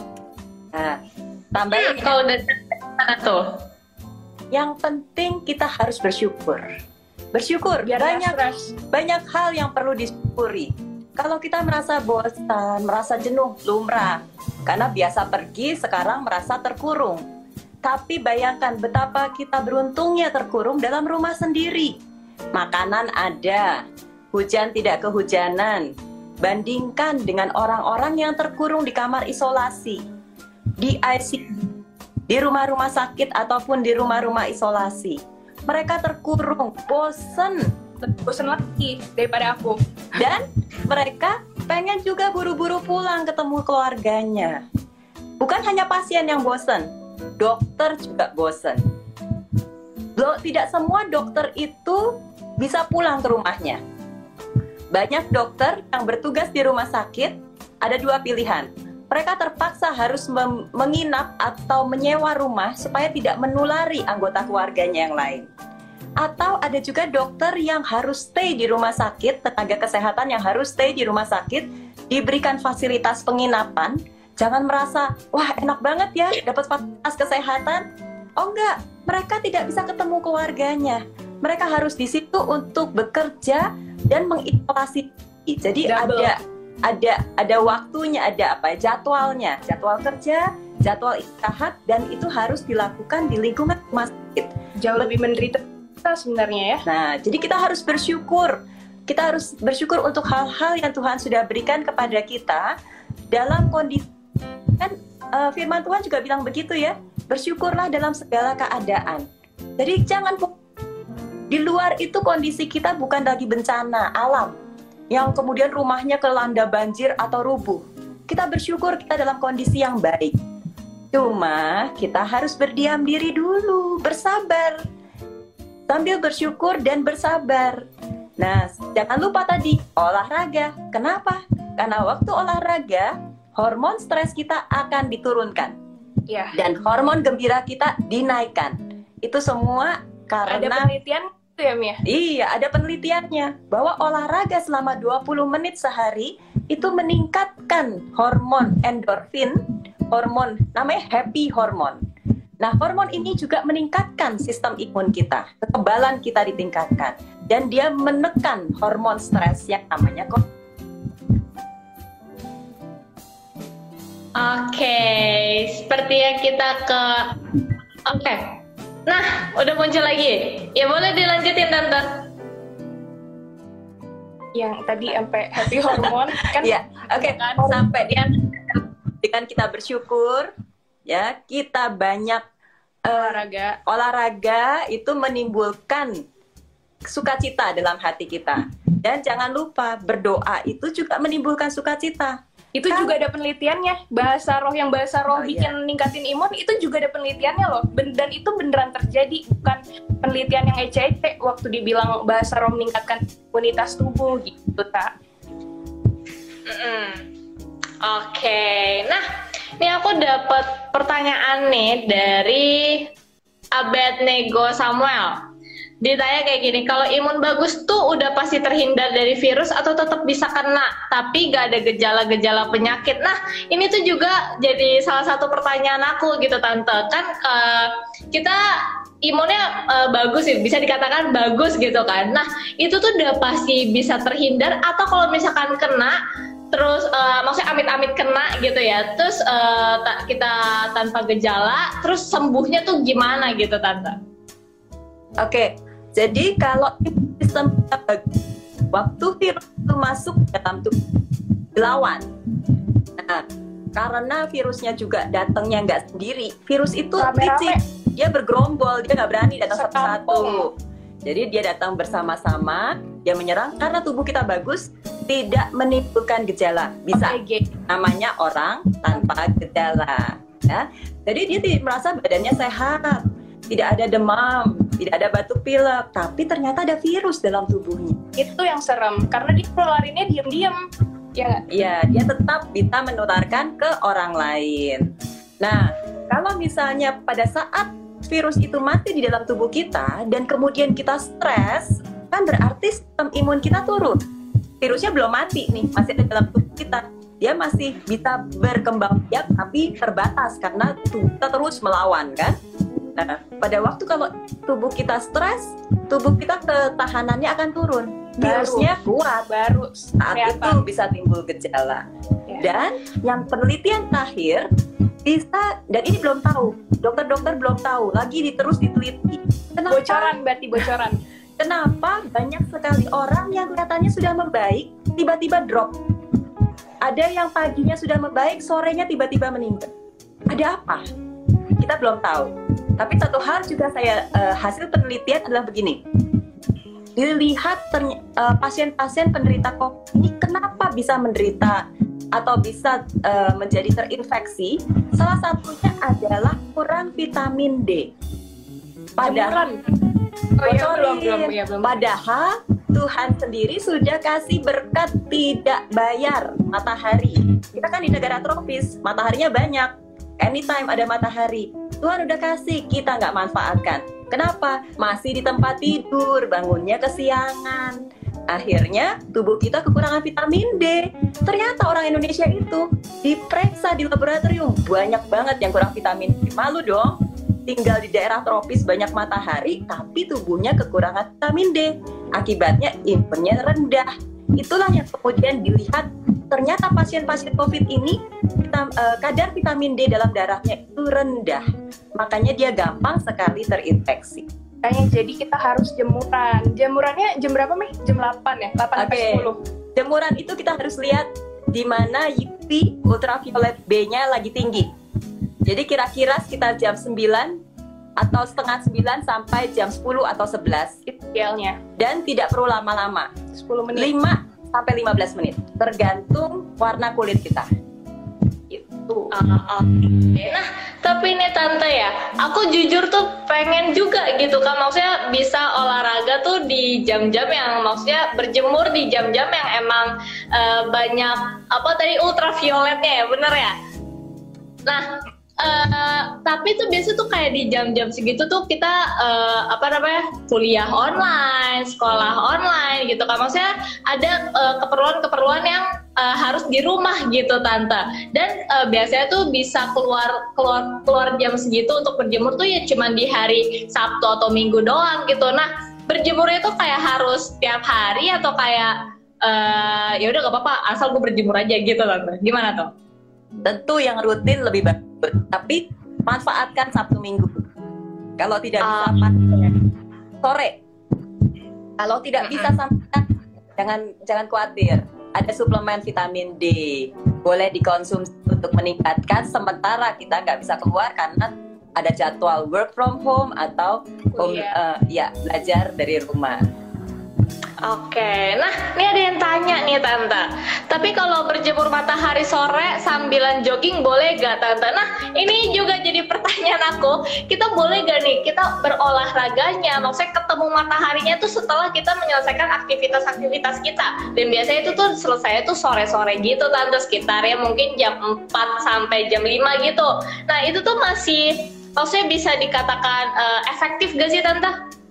tambahin Kalau dari mana tuh? yang penting kita harus bersyukur. Bersyukur, biar banyak hal yang perlu disyukuri. Kalau kita merasa bosan, merasa jenuh, lumrah. Karena biasa pergi, sekarang merasa terkurung. Tapi bayangkan betapa kita beruntungnya terkurung dalam rumah sendiri. Makanan ada, hujan tidak kehujanan. Bandingkan dengan orang-orang yang terkurung di kamar isolasi, di ICU, di rumah-rumah sakit ataupun di rumah-rumah isolasi. Mereka terkurung, bosen lagi daripada aku. Dan mereka pengen juga buru-buru pulang ketemu keluarganya. Bukan hanya pasien yang bosen, dokter juga bosen. Tidak semua dokter itu bisa pulang ke rumahnya. Banyak dokter yang bertugas di rumah sakit, ada 2 pilihan. Mereka terpaksa harus menginap atau menyewa rumah supaya tidak menulari anggota keluarganya yang lain. Atau ada juga dokter yang harus stay di rumah sakit, tenaga kesehatan yang harus stay di rumah sakit, diberikan fasilitas penginapan. Jangan merasa, wah enak banget ya dapat fasilitas kesehatan. Oh enggak, mereka tidak bisa ketemu keluarganya. Mereka harus di situ untuk bekerja dan mengisolasi. Jadi ada waktunya, ada jadwalnya, jadwal kerja, jadwal istirahat, dan itu harus dilakukan di lingkungan rumah sakit. Jauh lebih menderita sebenarnya ya. Nah, jadi kita harus bersyukur. Kita harus bersyukur untuk hal-hal yang Tuhan sudah berikan kepada kita dalam kondisi. Kan firman Tuhan juga bilang begitu ya, bersyukurlah dalam segala keadaan. Jadi jangan, di luar itu kondisi kita bukan lagi bencana alam yang kemudian rumahnya kelanda banjir atau rubuh. Kita bersyukur kita dalam kondisi yang baik. Cuma kita harus berdiam diri dulu, bersabar. Sambil bersyukur dan bersabar. Nah, jangan lupa tadi, olahraga. Kenapa? Karena waktu olahraga, hormon stres kita akan diturunkan. Ya. Dan hormon gembira kita dinaikkan. Itu semua karena... Ada penelitian itu ya, Mia? Iya, ada penelitiannya. Bahwa olahraga selama 20 menit sehari, itu meningkatkan hormon endorfin, hormon namanya happy hormone. Nah, hormon ini juga meningkatkan sistem imun kita, kekebalan kita ditingkatkan, dan dia menekan hormon stres yang namanya Oke, seperti yang kita Oke. Nah, udah muncul lagi. Ya boleh dilanjutin, Tante. Yang tadi sampai happy hormone kan? Ya, oke. Sampai dia dengan kita bersyukur, ya kita banyak olahraga itu menimbulkan sukacita dalam hati kita. Dan jangan lupa berdoa itu juga menimbulkan sukacita. Itu juga ada penelitiannya. Bahasa roh bikin ningkatin imun itu juga ada penelitiannya loh. Dan itu beneran terjadi, bukan penelitian yang ece-ece waktu dibilang bahasa roh meningkatkan imunitas tubuh gitu, tak. Oke. Nah, ini aku dapat pertanyaan nih dari Abednego Samuel. Ditanya kayak gini, kalau imun bagus tuh udah pasti terhindar dari virus atau tetap bisa kena, tapi gak ada gejala-gejala penyakit. Nah, ini tuh juga jadi salah satu pertanyaan aku gitu, Tante. Kan kita imunnya bagus sih, bisa dikatakan bagus gitu kan. Nah, itu tuh udah pasti bisa terhindar, atau kalau misalkan kena, terus maksudnya amit-amit kena gitu ya, terus kita tanpa gejala, terus sembuhnya tuh gimana gitu, Tante? Oke, jadi kalau sistem kita bagus, waktu virus itu masuk dalam tubuh dilawan. Nah, karena virusnya juga datangnya nggak sendiri, virus itu licik, dia bergerombol, dia nggak berani datang satu-satu. Jadi dia datang bersama-sama, dia menyerang. Karena tubuh kita bagus, tidak menimbulkan gejala. Bisa namanya orang tanpa gejala. Ya. Jadi dia merasa badannya sehat, tidak ada demam, tidak ada batuk pilek, tapi ternyata ada virus dalam tubuhnya. Itu yang serem, karena dia keluarinnya diam-diam. Iya, dia tetap bisa menularkan ke orang lain. Nah, kalau misalnya pada saat virus itu mati di dalam tubuh kita dan kemudian kita stres, kan berarti sistem imun kita turun. Virusnya belum mati nih, masih ada dalam tubuh kita. Dia masih bisa berkembang biak tapi terbatas karena tubuh kita terus melawan kan. Nah, pada waktu kalau tubuh kita stres, tubuh kita ketahanannya akan turun. Virusnya kuat, baru saat itu bisa timbul gejala. Dan yang penelitian terakhir bisa, dan ini belum tahu, dokter-dokter belum tahu, lagi terus diteliti. Kenapa? Bocoran. Kenapa banyak sekali orang yang kelihatannya sudah membaik, tiba-tiba drop? Ada yang paginya sudah membaik, sorenya tiba-tiba meninggal. Ada apa? Kita belum tahu. Tapi satu hal juga saya hasil penelitian adalah begini. Dilihat pasien-pasien penderita COVID ini kenapa bisa menderita atau bisa menjadi terinfeksi? Salah satunya adalah kurang vitamin D. Padahal Padahal Tuhan sendiri sudah kasih berkat tidak bayar matahari. Kita kan di negara tropis, mataharinya banyak. Anytime ada matahari. Tuhan udah kasih, kita nggak manfaatkan. Kenapa? Masih di tempat tidur, bangunnya kesiangan. Akhirnya tubuh kita kekurangan vitamin D. Ternyata orang Indonesia itu diperiksa di laboratorium, banyak banget yang kurang vitamin D. Malu dong, tinggal di daerah tropis banyak matahari, tapi tubuhnya kekurangan vitamin D. Akibatnya imunnya rendah. Itulah yang kemudian dilihat, ternyata pasien-pasien COVID ini kadar vitamin D dalam darahnya itu rendah. Makanya dia gampang sekali terinfeksi. Jadi kita harus jemuran. Jemurannya jam berapa, Mei? Jam 8 ya? 8 sampai 10. Jemuran itu kita harus lihat di mana UV ultraviolet B-nya lagi tinggi. Jadi kira-kira sekitar jam 9 atau setengah 9 sampai jam 10 atau 11. Idealnya. Dan tidak perlu lama-lama. 10 menit. 5 sampai 15 menit. Tergantung warna kulit kita. Itu. Nah, tapi nih Tante ya, aku jujur tuh pengen juga gitu kan, maksudnya bisa olahraga tuh di jam-jam yang maksudnya berjemur di jam-jam yang emang banyak ultravioletnya ya, bener ya? Nah, tapi tuh biasa tuh kayak di jam-jam segitu tuh kita kuliah online, sekolah online gitu kan, maksudnya ada keperluan-keperluan yang harus di rumah gitu tante. Dan biasanya tuh bisa keluar jam segitu untuk berjemur tuh ya cuman di hari Sabtu atau Minggu doang gitu. Nah berjemurnya tuh kayak harus tiap hari atau kayak ya udah gak apa-apa asal gue berjemur aja gitu tante. Gimana tuh? Tentu yang rutin lebih bagus, tapi manfaatkan Sabtu Minggu. Kalau tidak bisa sore. Kalau tidak bisa sampai jangan khawatir. Ada suplemen vitamin D, boleh dikonsumsi untuk meningkatkan sementara kita nggak bisa keluar karena ada jadwal work from home atau belajar dari rumah. Oke, nah ini ada yang tanya nih tante. Tapi kalau berjemur matahari sore sambilan jogging boleh gak tante? Nah ini juga jadi pertanyaan aku. Kita boleh gak nih kita berolahraganya? Maksudnya ketemu mataharinya tuh setelah kita menyelesaikan aktivitas-aktivitas kita. Dan biasanya itu tuh selesai tuh sore-sore gitu tante, sekitarnya mungkin jam 4 sampai jam 5 gitu. Nah itu tuh masih maksudnya bisa dikatakan efektif gak sih tante?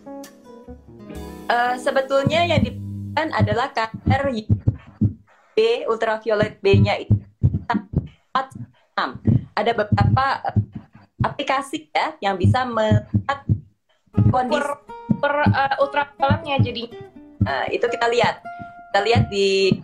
Sebetulnya yang diperlukan adalah kadar B, ultraviolet B-nya itu 4,6. Ada beberapa aplikasi ya yang bisa melihat kondisi ultravioletnya jadi. Itu kita lihat di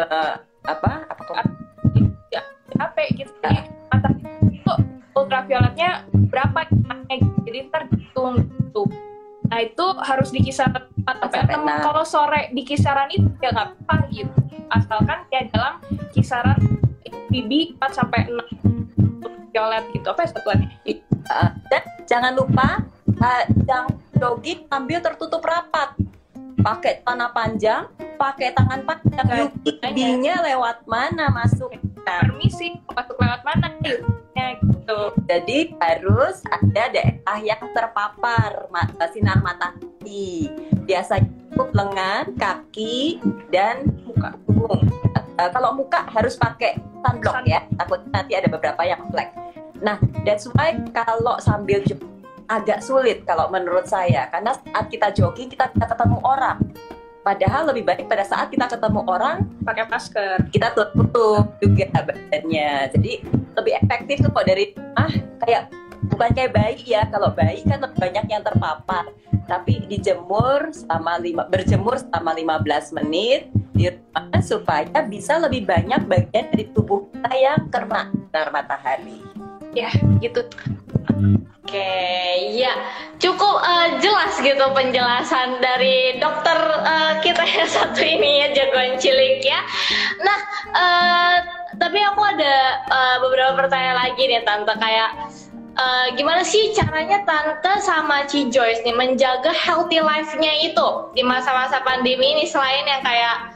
HP gitu. Jadi matahari itu ultravioletnya berapa? Jadi terhitung tuh. Nah itu harus di kisaran 4 sampai 6. Kalau sore di kisaran itu ya nggak apa-apa gitu. Asalkan ya dalam kisaran PB 4 sampai 6 violet gitu. Apa ya satuannya? Dan jangan lupa yang jogging ambil tertutup rapat. Pakai celana panjang, pakai tangan panjang. UVB-nya lewat mana masuk? Permisi, masuk lewat mana? Gitu. Jadi harus ada daerah yang terpapar sinar matahari. Biasanya cukup lengan, kaki, dan muka. Kalau muka harus pakai sunblock ya. Takut nanti ada beberapa yang black. Nah, that's why kalau sambil jogging agak sulit kalau menurut saya, karena saat kita jogging kita tidak ketemu orang. Padahal lebih baik pada saat kita ketemu orang pakai masker. Kita tutup juga badannya. Jadi lebih efektif tuh kok dari rumah. Kayak bukan kayak bayi ya. Kalau bayi kan lebih banyak yang terpapar. Tapi berjemur selama 15 menit di rumah supaya bisa lebih banyak bagian dari tubuh kita yang kena sinar matahari. Ya, gitu. Oke, ya cukup jelas gitu penjelasan dari dokter kita yang satu ini ya, jagoan cilik ya. Nah, tapi aku ada beberapa pertanyaan lagi nih tante, kayak gimana sih caranya tante sama Ci Joyce nih menjaga healthy life-nya itu di masa-masa pandemi ini, selain yang kayak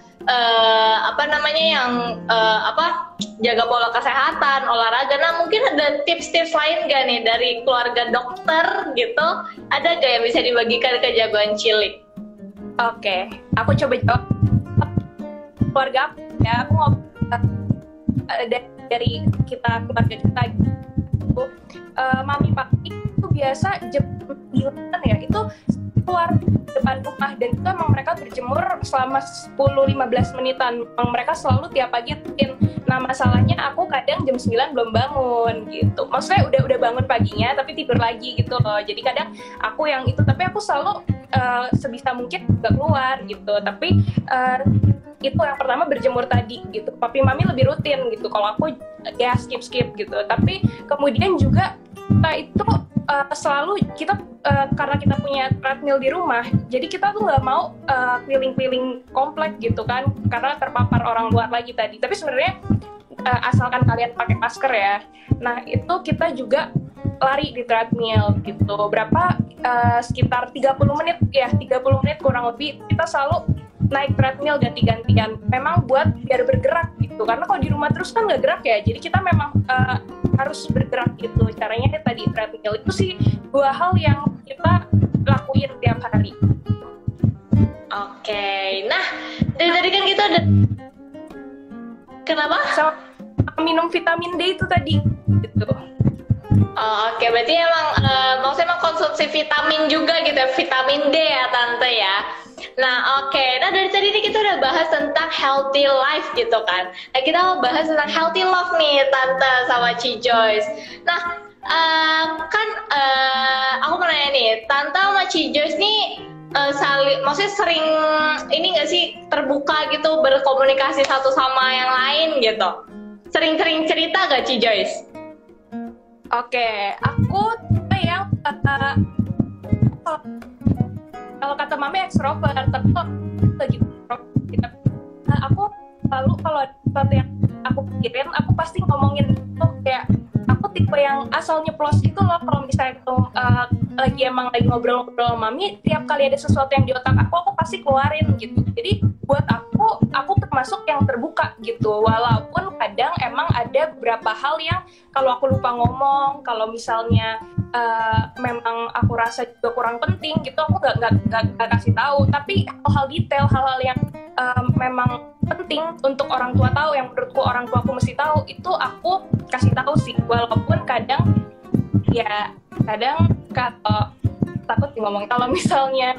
jaga pola kesehatan, olahraga. Nah mungkin ada tips-tips lain gak nih dari keluarga dokter gitu? Ada gak yang bisa dibagikan ke jagoan cilik? Oke, aku coba jawab. Keluarga aku ya, aku mau dari kita keluarga kita gitu. Mami papi itu biasa jam 9 ya, itu keluar depan rumah, dan itu emang mereka berjemur selama 10-15 menitan. Emang mereka selalu tiap pagi rutin. Nah masalahnya aku kadang jam 9 belum bangun gitu. Maksudnya udah bangun paginya tapi tidur lagi gitu loh. Jadi kadang aku yang itu, tapi aku selalu sebisa mungkin gak keluar gitu. Tapi itu yang pertama berjemur tadi gitu. Papi mami lebih rutin gitu. Kalau aku ya skip gitu. Tapi kemudian juga kita itu selalu kita karena kita punya treadmill di rumah, jadi kita tuh nggak mau keliling-keliling komplek gitu kan, karena terpapar orang luar lagi tadi. Tapi sebenarnya asalkan kalian pakai masker ya. Nah itu kita juga lari di treadmill gitu. Berapa sekitar 30 menit ya, 30 menit kurang lebih kita selalu naik treadmill ganti-gantian. Memang buat biar bergerak gitu. Karena kalau di rumah terus kan nggak gerak ya. Jadi kita memang harus bergerak gitu. Caranya tadi treadmill. Itu sih 2 hal yang kita lakuin tiap hari. Oke. Nah, dari tadi kan kita ada kenapa? So, minum vitamin D itu tadi gitu. Oke, berarti emang maksudnya emang konsumsi vitamin juga gitu ya, vitamin D ya tante ya. Nah, oke. Nah, dari tadi nih kita udah bahas tentang healthy life gitu kan. Nah, kita mau bahas tentang healthy love nih, Tante sama Ci Joyce. Nah, aku mau nanya nih, Tante sama Ci Joyce nih maksudnya sering ini nggak sih terbuka gitu berkomunikasi satu sama yang lain gitu? Sering-sering cerita gak Ci Joyce? Oke, aku tipe yang kalau kata mami extrovert, tapi kok lagi kita aku lalu kalau ada sesuatu yang aku pikirin, aku pasti ngomongin itu kayak aku tipe yang asal nyeplos gitu loh. Kalau misalnya lagi ngobrol-ngobrol sama mami, tiap kali ada sesuatu yang di otak aku pasti keluarin gitu. Jadi buat aku termasuk yang terbuka gitu, walaupun kadang emang ada beberapa hal yang kalau aku lupa ngomong, kalau misalnya memang aku rasa juga kurang penting gitu, aku nggak kasih tahu. Tapi hal-hal detail, hal-hal yang memang penting untuk orang tua tahu, yang menurutku orang tua aku mesti tahu, itu aku kasih tahu sih, walaupun kadang kalau takut ngomongin, kalau misalnya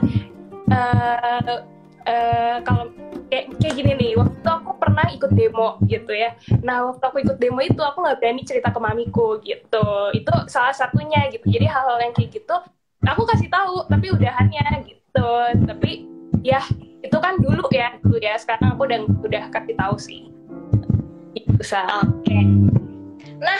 kalau kayak gini nih, waktu aku pernah ikut demo gitu ya. Nah, waktu aku ikut demo itu aku nggak berani cerita ke mamiku gitu. Itu salah satunya gitu. Jadi hal-hal yang kayak gitu aku kasih tahu, tapi udahannya gitu. Tapi ya itu kan dulu ya. Sekarang aku udah kasih tahu sih. Itu sah. Oke. Nah,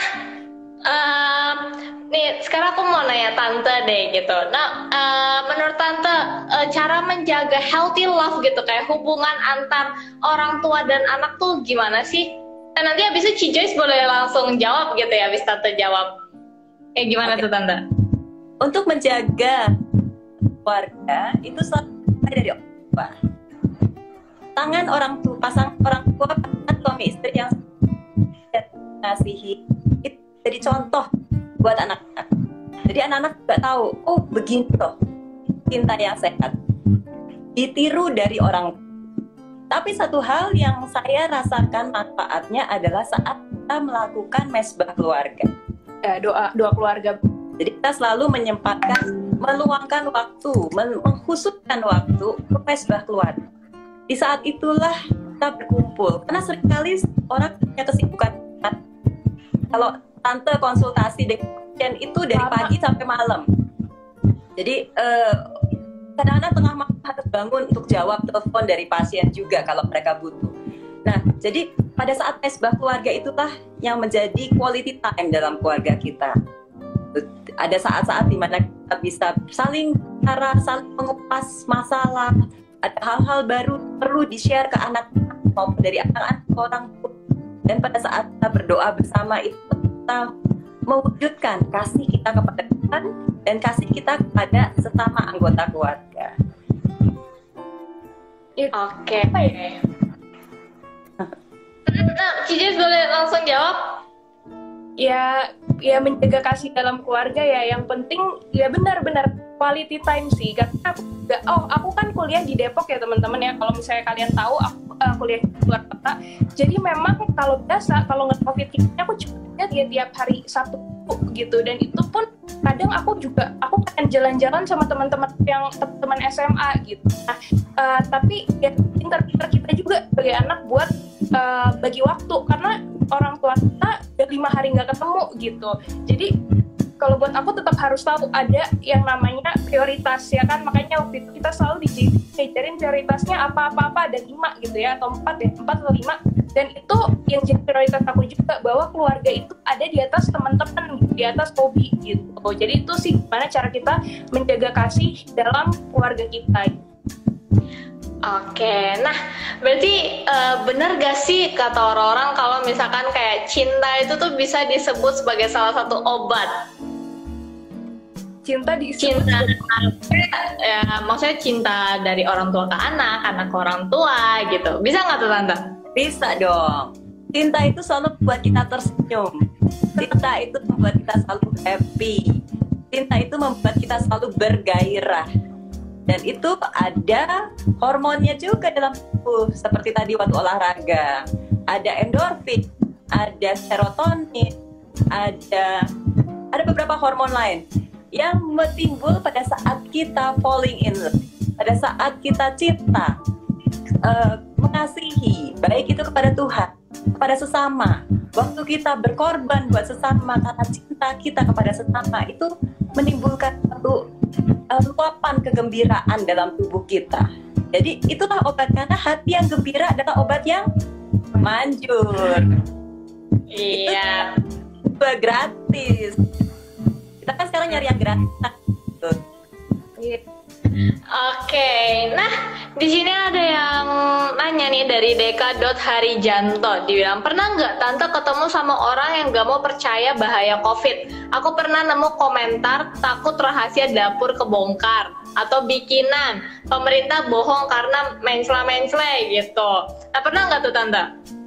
nih sekarang aku mau nanya Tante deh gitu. Nah, menurut Tante cara menjaga healthy love gitu, kayak hubungan antar orang tua dan anak tuh gimana sih? Dan nanti abis itu Ci Joyce boleh langsung jawab gitu ya, abis Tante jawab. Gimana tuh Tante? Untuk menjaga keluarga itu selalu dari orang tua. Tangan orang tua, pasangan orang tua, suami istri yang mengasihi itu jadi contoh buat anak-anak. Jadi anak-anak juga tahu, oh begini loh cinta yang sehat, ditiru dari orang. Tapi satu hal yang saya rasakan manfaatnya adalah saat kita melakukan mesbah keluarga, doa keluarga. Jadi kita selalu meluangkan waktu, mengkhususkan waktu untuk mesbah keluarga. Di saat itulah kita berkumpul, karena seringkali orang punya kesibukan. Kalau Tante konsultasi dengan itu dari pagi sampai malam. Jadi kadang-kadang tengah malam harus bangun untuk jawab telepon dari pasien juga kalau mereka butuh. Nah, jadi pada saat mesbah keluarga itulah yang menjadi quality time dalam keluarga kita. Ada saat-saat di mana kita bisa saling mengupas masalah, ada hal-hal baru perlu di-share ke anak maupun dari anak-anak ke orang tua. Dan pada saat kita berdoa bersama itu kita mewujudkan kasih kita kepada Tuhan dan kasih kita kepada sesama anggota keluarga. Oke. Nah, Ci Joyce boleh langsung jawab? Ya menjaga kasih dalam keluarga ya, yang penting ya benar-benar quality time sih. Karena aku kan kuliah di Depok ya teman-teman ya. Kalau misalnya kalian tahu aku kuliah di luar kota. Jadi memang kalau nge-covid ini aku cuma tiap hari Sabtu gitu, dan itu pun kadang aku pengen jalan-jalan sama teman-teman teman SMA gitu. Nah, tapi ya pintar-pintar kita juga sebagai anak buat bagi waktu, karena orang tua kita udah 5 hari nggak ketemu gitu. Jadi kalau buat aku tetap harus tahu ada yang namanya prioritas ya kan, makanya waktu itu kita selalu diajarin prioritasnya apa-apa ada 5 gitu ya, atau 4 atau 5, dan itu yang jadi prioritas aku juga, bahwa keluarga itu ada di atas teman-teman, di atas hobi gitu. Jadi itu sih gimana cara kita menjaga kasih dalam keluarga kita. Oke, nah berarti benar gak sih kata orang-orang kalau misalkan kayak cinta itu tuh bisa disebut sebagai salah satu obat? Cinta ya, maksudnya cinta dari orang tua ke anak ke orang tua gitu. Bisa nggak tuh Tante? Bisa dong. Cinta itu selalu membuat kita tersenyum. Cinta itu membuat kita selalu happy. Cinta itu membuat kita selalu bergairah. Dan itu ada hormonnya juga dalam tubuh, seperti tadi waktu olahraga. Ada endorfin, ada serotonin, ada beberapa hormon lain yang timbul pada saat kita falling in love, pada pada saat kita cinta, mengasihi, baik itu kepada Tuhan, kepada sesama, waktu kita berkorban buat sesama karena cinta kita kepada sesama, itu menimbulkan satu luapan kegembiraan dalam tubuh kita. Jadi itulah obat, karena hati yang gembira adalah obat yang manjur. Iya. Itu gratis. Kita kan sekarang nyari yang gratis. Oke, nah di sini ada yang nanya nih dari Deka.Harijanto. Dibilang, pernah nggak tante ketemu sama orang yang nggak mau percaya bahaya COVID? Aku pernah nemu komentar takut rahasia dapur kebongkar atau bikinan pemerintah bohong karena mensla-mensle gitu. Nah, pernah nggak tuh tante?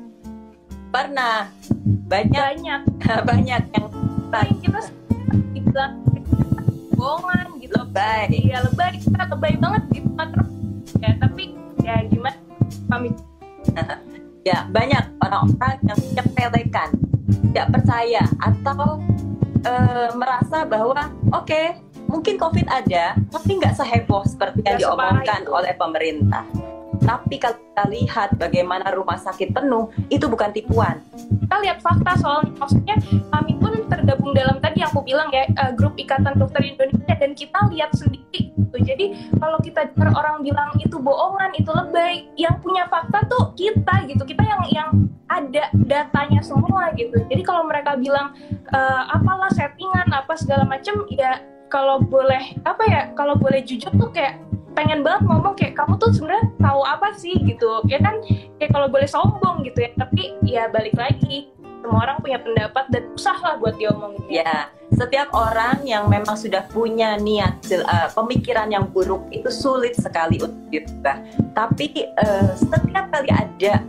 Pernah. Banyak banyak yang kita dibilang bohongan gitu. lebay. Iya, lebay banget gitu kan. Ya tapi ya gimana kami Ya, banyak orang-orang yang menyepelekan, tidak percaya atau merasa bahwa oke, mungkin COVID ada, tapi nggak seheboh seperti yang Nggak separah diomongkan itu. oleh pemerintah. Tapi kalau kita lihat bagaimana rumah sakit penuh, itu bukan tipuan. kita lihat fakta soalnya, maksudnya kami pun tergabung dalam tadi yang aku bilang ya, grup Ikatan Dokter Indonesia, dan kita lihat sendiri gitu. Jadi kalau kita dengar orang bilang itu bohongan, itu lebay, yang punya fakta tuh kita gitu, kita yang ada datanya semua gitu. Jadi kalau mereka bilang apalah settingan apa segala macem, ya kalau boleh kalau boleh jujur tuh kayak pengen banget ngomong kayak, kamu tuh sebenarnya tahu apa sih gitu ya kan, kayak kalau boleh sombong gitu ya, tapi ya balik lagi semua orang punya pendapat dan usah lah buat diomongin. Ya, setiap orang yang memang sudah punya niat pemikiran yang buruk itu sulit sekali untuk diubah. Tapi setiap kali ada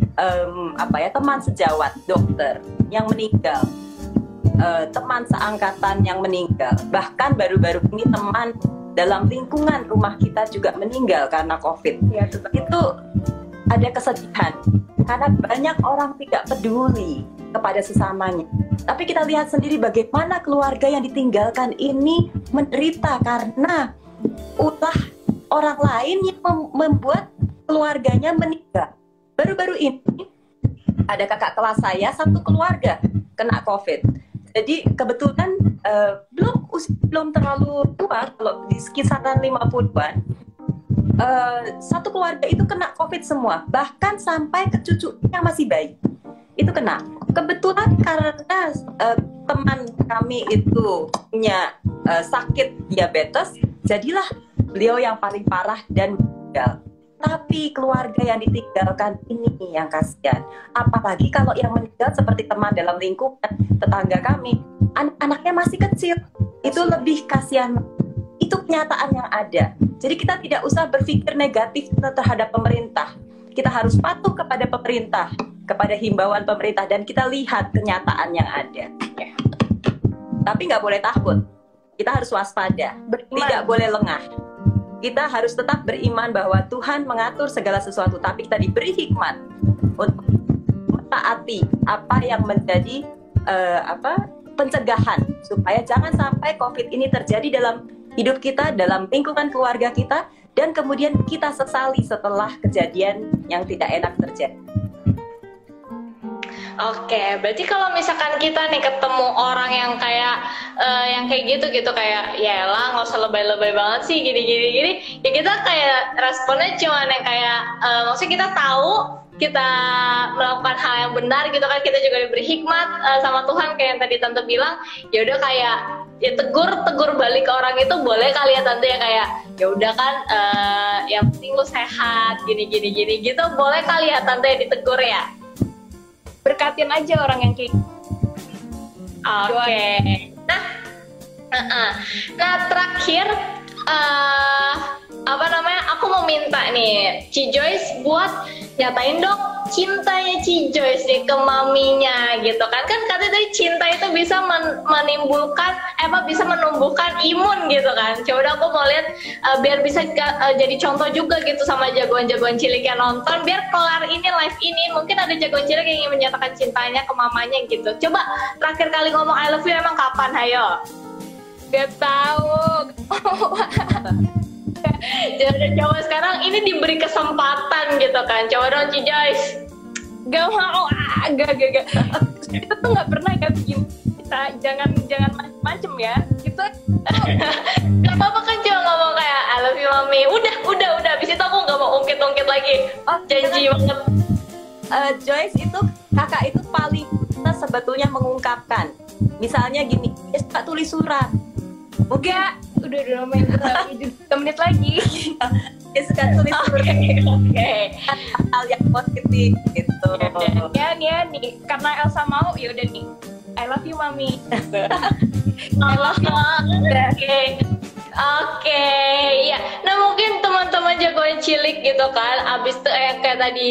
teman sejawat dokter yang meninggal, teman seangkatan yang meninggal, bahkan baru-baru ini teman dalam lingkungan rumah kita juga meninggal karena COVID. Ya, Itu ada kesedihan karena banyak orang tidak peduli kepada sesamanya. Tapi kita lihat sendiri bagaimana keluarga yang ditinggalkan ini menderita karena ulah orang lain yang membuat keluarganya meninggal. Baru-baru ini ada kakak kelas saya, satu keluarga kena COVID. Jadi kebetulan belum terlalu tua, kalau di sekitaran 50-an, satu keluarga itu kena COVID semua, bahkan sampai ke cucu yang masih bayi itu kena. Kebetulan karena teman kami itu punya sakit diabetes, jadilah beliau yang paling parah dan meninggal. Tapi keluarga yang ditinggalkan ini yang kasihan. Apalagi kalau yang meninggal seperti teman dalam lingkungan tetangga kami, anaknya masih kecil, itu lebih kasihan. Itu kenyataan yang ada. Jadi kita tidak usah berpikir negatif terhadap pemerintah. Kita harus patuh kepada pemerintah, kepada himbauan pemerintah, dan kita lihat kenyataan yang ada. Tapi nggak boleh takut. Kita harus waspada, tidak boleh lengah. Kita harus tetap beriman bahwa Tuhan mengatur segala sesuatu, tapi kita diberi hikmat untuk mentaati apa yang menjadi pencegahan supaya jangan sampai COVID ini terjadi dalam hidup kita, dalam lingkungan keluarga kita, dan kemudian kita sesali setelah kejadian yang tidak enak terjadi. Oke, berarti kalau misalkan kita nih ketemu orang yang kayak gitu kayak ya lah nggak usah lebay-lebay banget sih gini, ya kita kayak responnya cuma yang kayak maksudnya kita tahu kita melakukan hal yang benar gitu kan, kita juga diberi hikmat sama Tuhan kayak yang tadi tante bilang, ya udah kayak ya tegur balik ke orang itu boleh kali ya tante, ya kayak ya udah kan yang penting lu sehat gini gitu, boleh kali ya tante ya ditegur ya. Berkatin aja orang yang kayak Oke. Nah terakhir aku mau minta nih Ci Joyce buat nyatain dong cintanya Ci Joyce nih ke maminya gitu kan katanya tadi cinta itu bisa menimbulkan bisa menumbuhkan imun gitu kan. Coba dong aku mau lihat biar bisa jadi contoh juga gitu sama jagoan-jagoan cilik yang nonton, biar kelar ini live ini mungkin ada jagoan cilik yang ingin menyatakan cintanya ke mamanya gitu. Coba terakhir kali ngomong I love you emang kapan? Hayo. gak tahu. Jangan coba sekarang ini diberi kesempatan gitu kan. Coba dong Ci Joyce. Gak mau, gak. Kita tuh nggak pernah ya bikin kita, jangan macem ya. Kita Gak apa-apa kan cuma ngomong kayak I love you mami. Udah. Abis itu aku gak mau ungkit-ungkit lagi. Janji banget. Joyce itu kakak itu paling bisa sebetulnya mengungkapkan. Misalnya gini, dia suka tulis surat. enggak, udah main 2 menit lagi. Dia suka tulis surat. Oke. Hal yang positif gitu. Ya nih, karena Elsa mau, ya udah nih. I love you mami. I love you. Oke, ya. Nah mungkin teman-teman jagoan cilik gitu kan, abis itu kayak tadi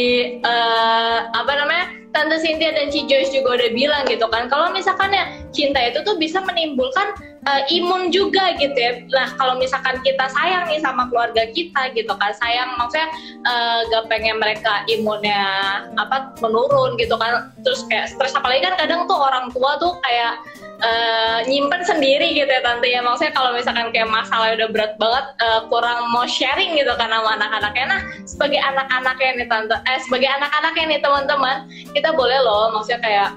Tante Cynthia dan Ci Joyce juga udah bilang gitu kan, kalau misalkan ya cinta itu tuh bisa menimbulkan imun juga gitu ya. Nah kalau misalkan kita sayang nih sama keluarga kita gitu kan, sayang maksudnya gak pengen mereka imunnya menurun gitu kan, terus kayak stres, apalagi kan kadang tuh orang tua tuh kayak nyimpen sendiri gitu ya tante ya, maksudnya kalau misalkan kayak masalah udah berat banget, kurang mau sharing gitu kan sama anak-anaknya. Nah sebagai anak-anaknya nih tante, sebagai anak-anaknya nih teman-teman, kita boleh loh maksudnya kayak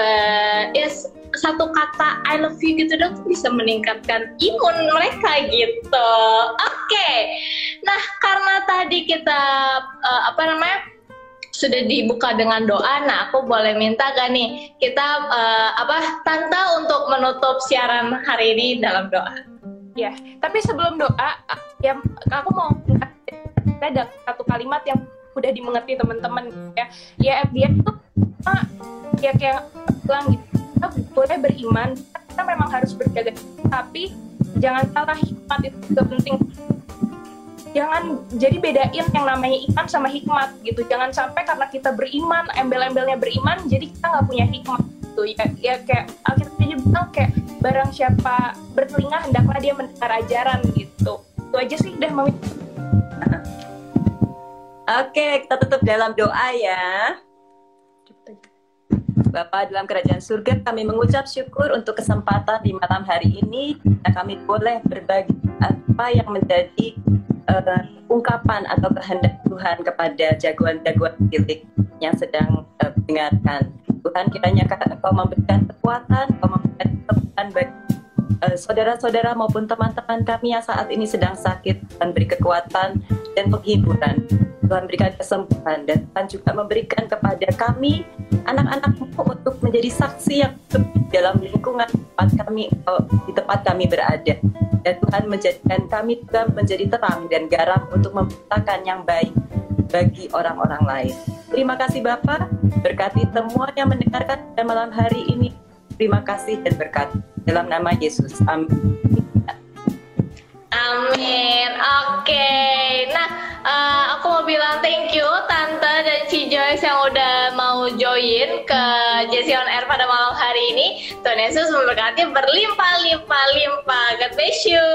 satu kata I love you gitu dong bisa meningkatkan imun mereka gitu. Oke. Nah karena tadi kita sudah dibuka dengan doa, nah aku boleh minta gak nih kita Tante untuk menutup siaran hari ini dalam doa. Ya, tapi sebelum doa, ya aku mau ada satu kalimat yang udah dimengerti teman-teman ya. Ya dia tuh ya kayak bilang gitu, kita boleh beriman, kita memang harus berjaga, tapi jangan salah, hikmat itu juga penting. Jangan jadi bedain yang namanya iman sama hikmat gitu. Jangan sampai karena kita beriman, embel-embelnya beriman, jadi kita nggak punya hikmat gitu. Ya kayak Alkitab aja bilang kayak barang siapa bertelinga hendaklah dia mendengar ajaran gitu. Itu aja sih udah mami. Oke, kita tutup dalam doa ya. Bapa dalam kerajaan surga, kami mengucap syukur untuk kesempatan di malam hari ini. Kami boleh berbagi apa yang menjadi ungkapan atau kehendak Tuhan kepada jagoan-jagoan cilik yang sedang mendengarkan. Tuhan, kiranya Engkau memberikan kekuatan, Engkau memberikan kekuatan bagi saudara-saudara maupun teman-teman kami yang saat ini sedang sakit. Tuhan beri kekuatan dan penghiburan. Tuhan berikan kesembuhan, dan Tuhan juga memberikan kepada kami anak-anak-Mu untuk menjadi saksi yang dalam lingkungan di tempat kami berada. Dan Tuhan menjadikan kami juga menjadi terang dan garam untuk memberitakan yang baik bagi orang-orang lain. Terima kasih Bapa, berkati semua yang mendengarkan pada malam hari ini. Terima kasih dan berkati dalam nama Yesus. Amin. Amin. Oke. Nah, aku mau bilang thank you Tante dan Ci Joyce yang udah mau join ke JC On Air pada malam hari ini. Tuhan Yesus memberkati berlimpah-limpah-limpah. God bless you.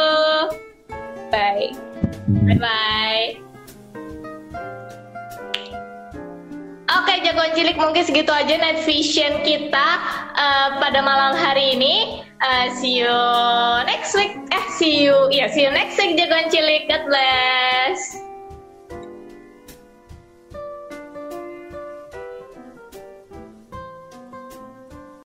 Bye. Bye-bye. Oke, jagoan cilik, mungkin segitu aja night vision kita pada malam hari ini. See you next week. See you next week jagoan cilik. God bless.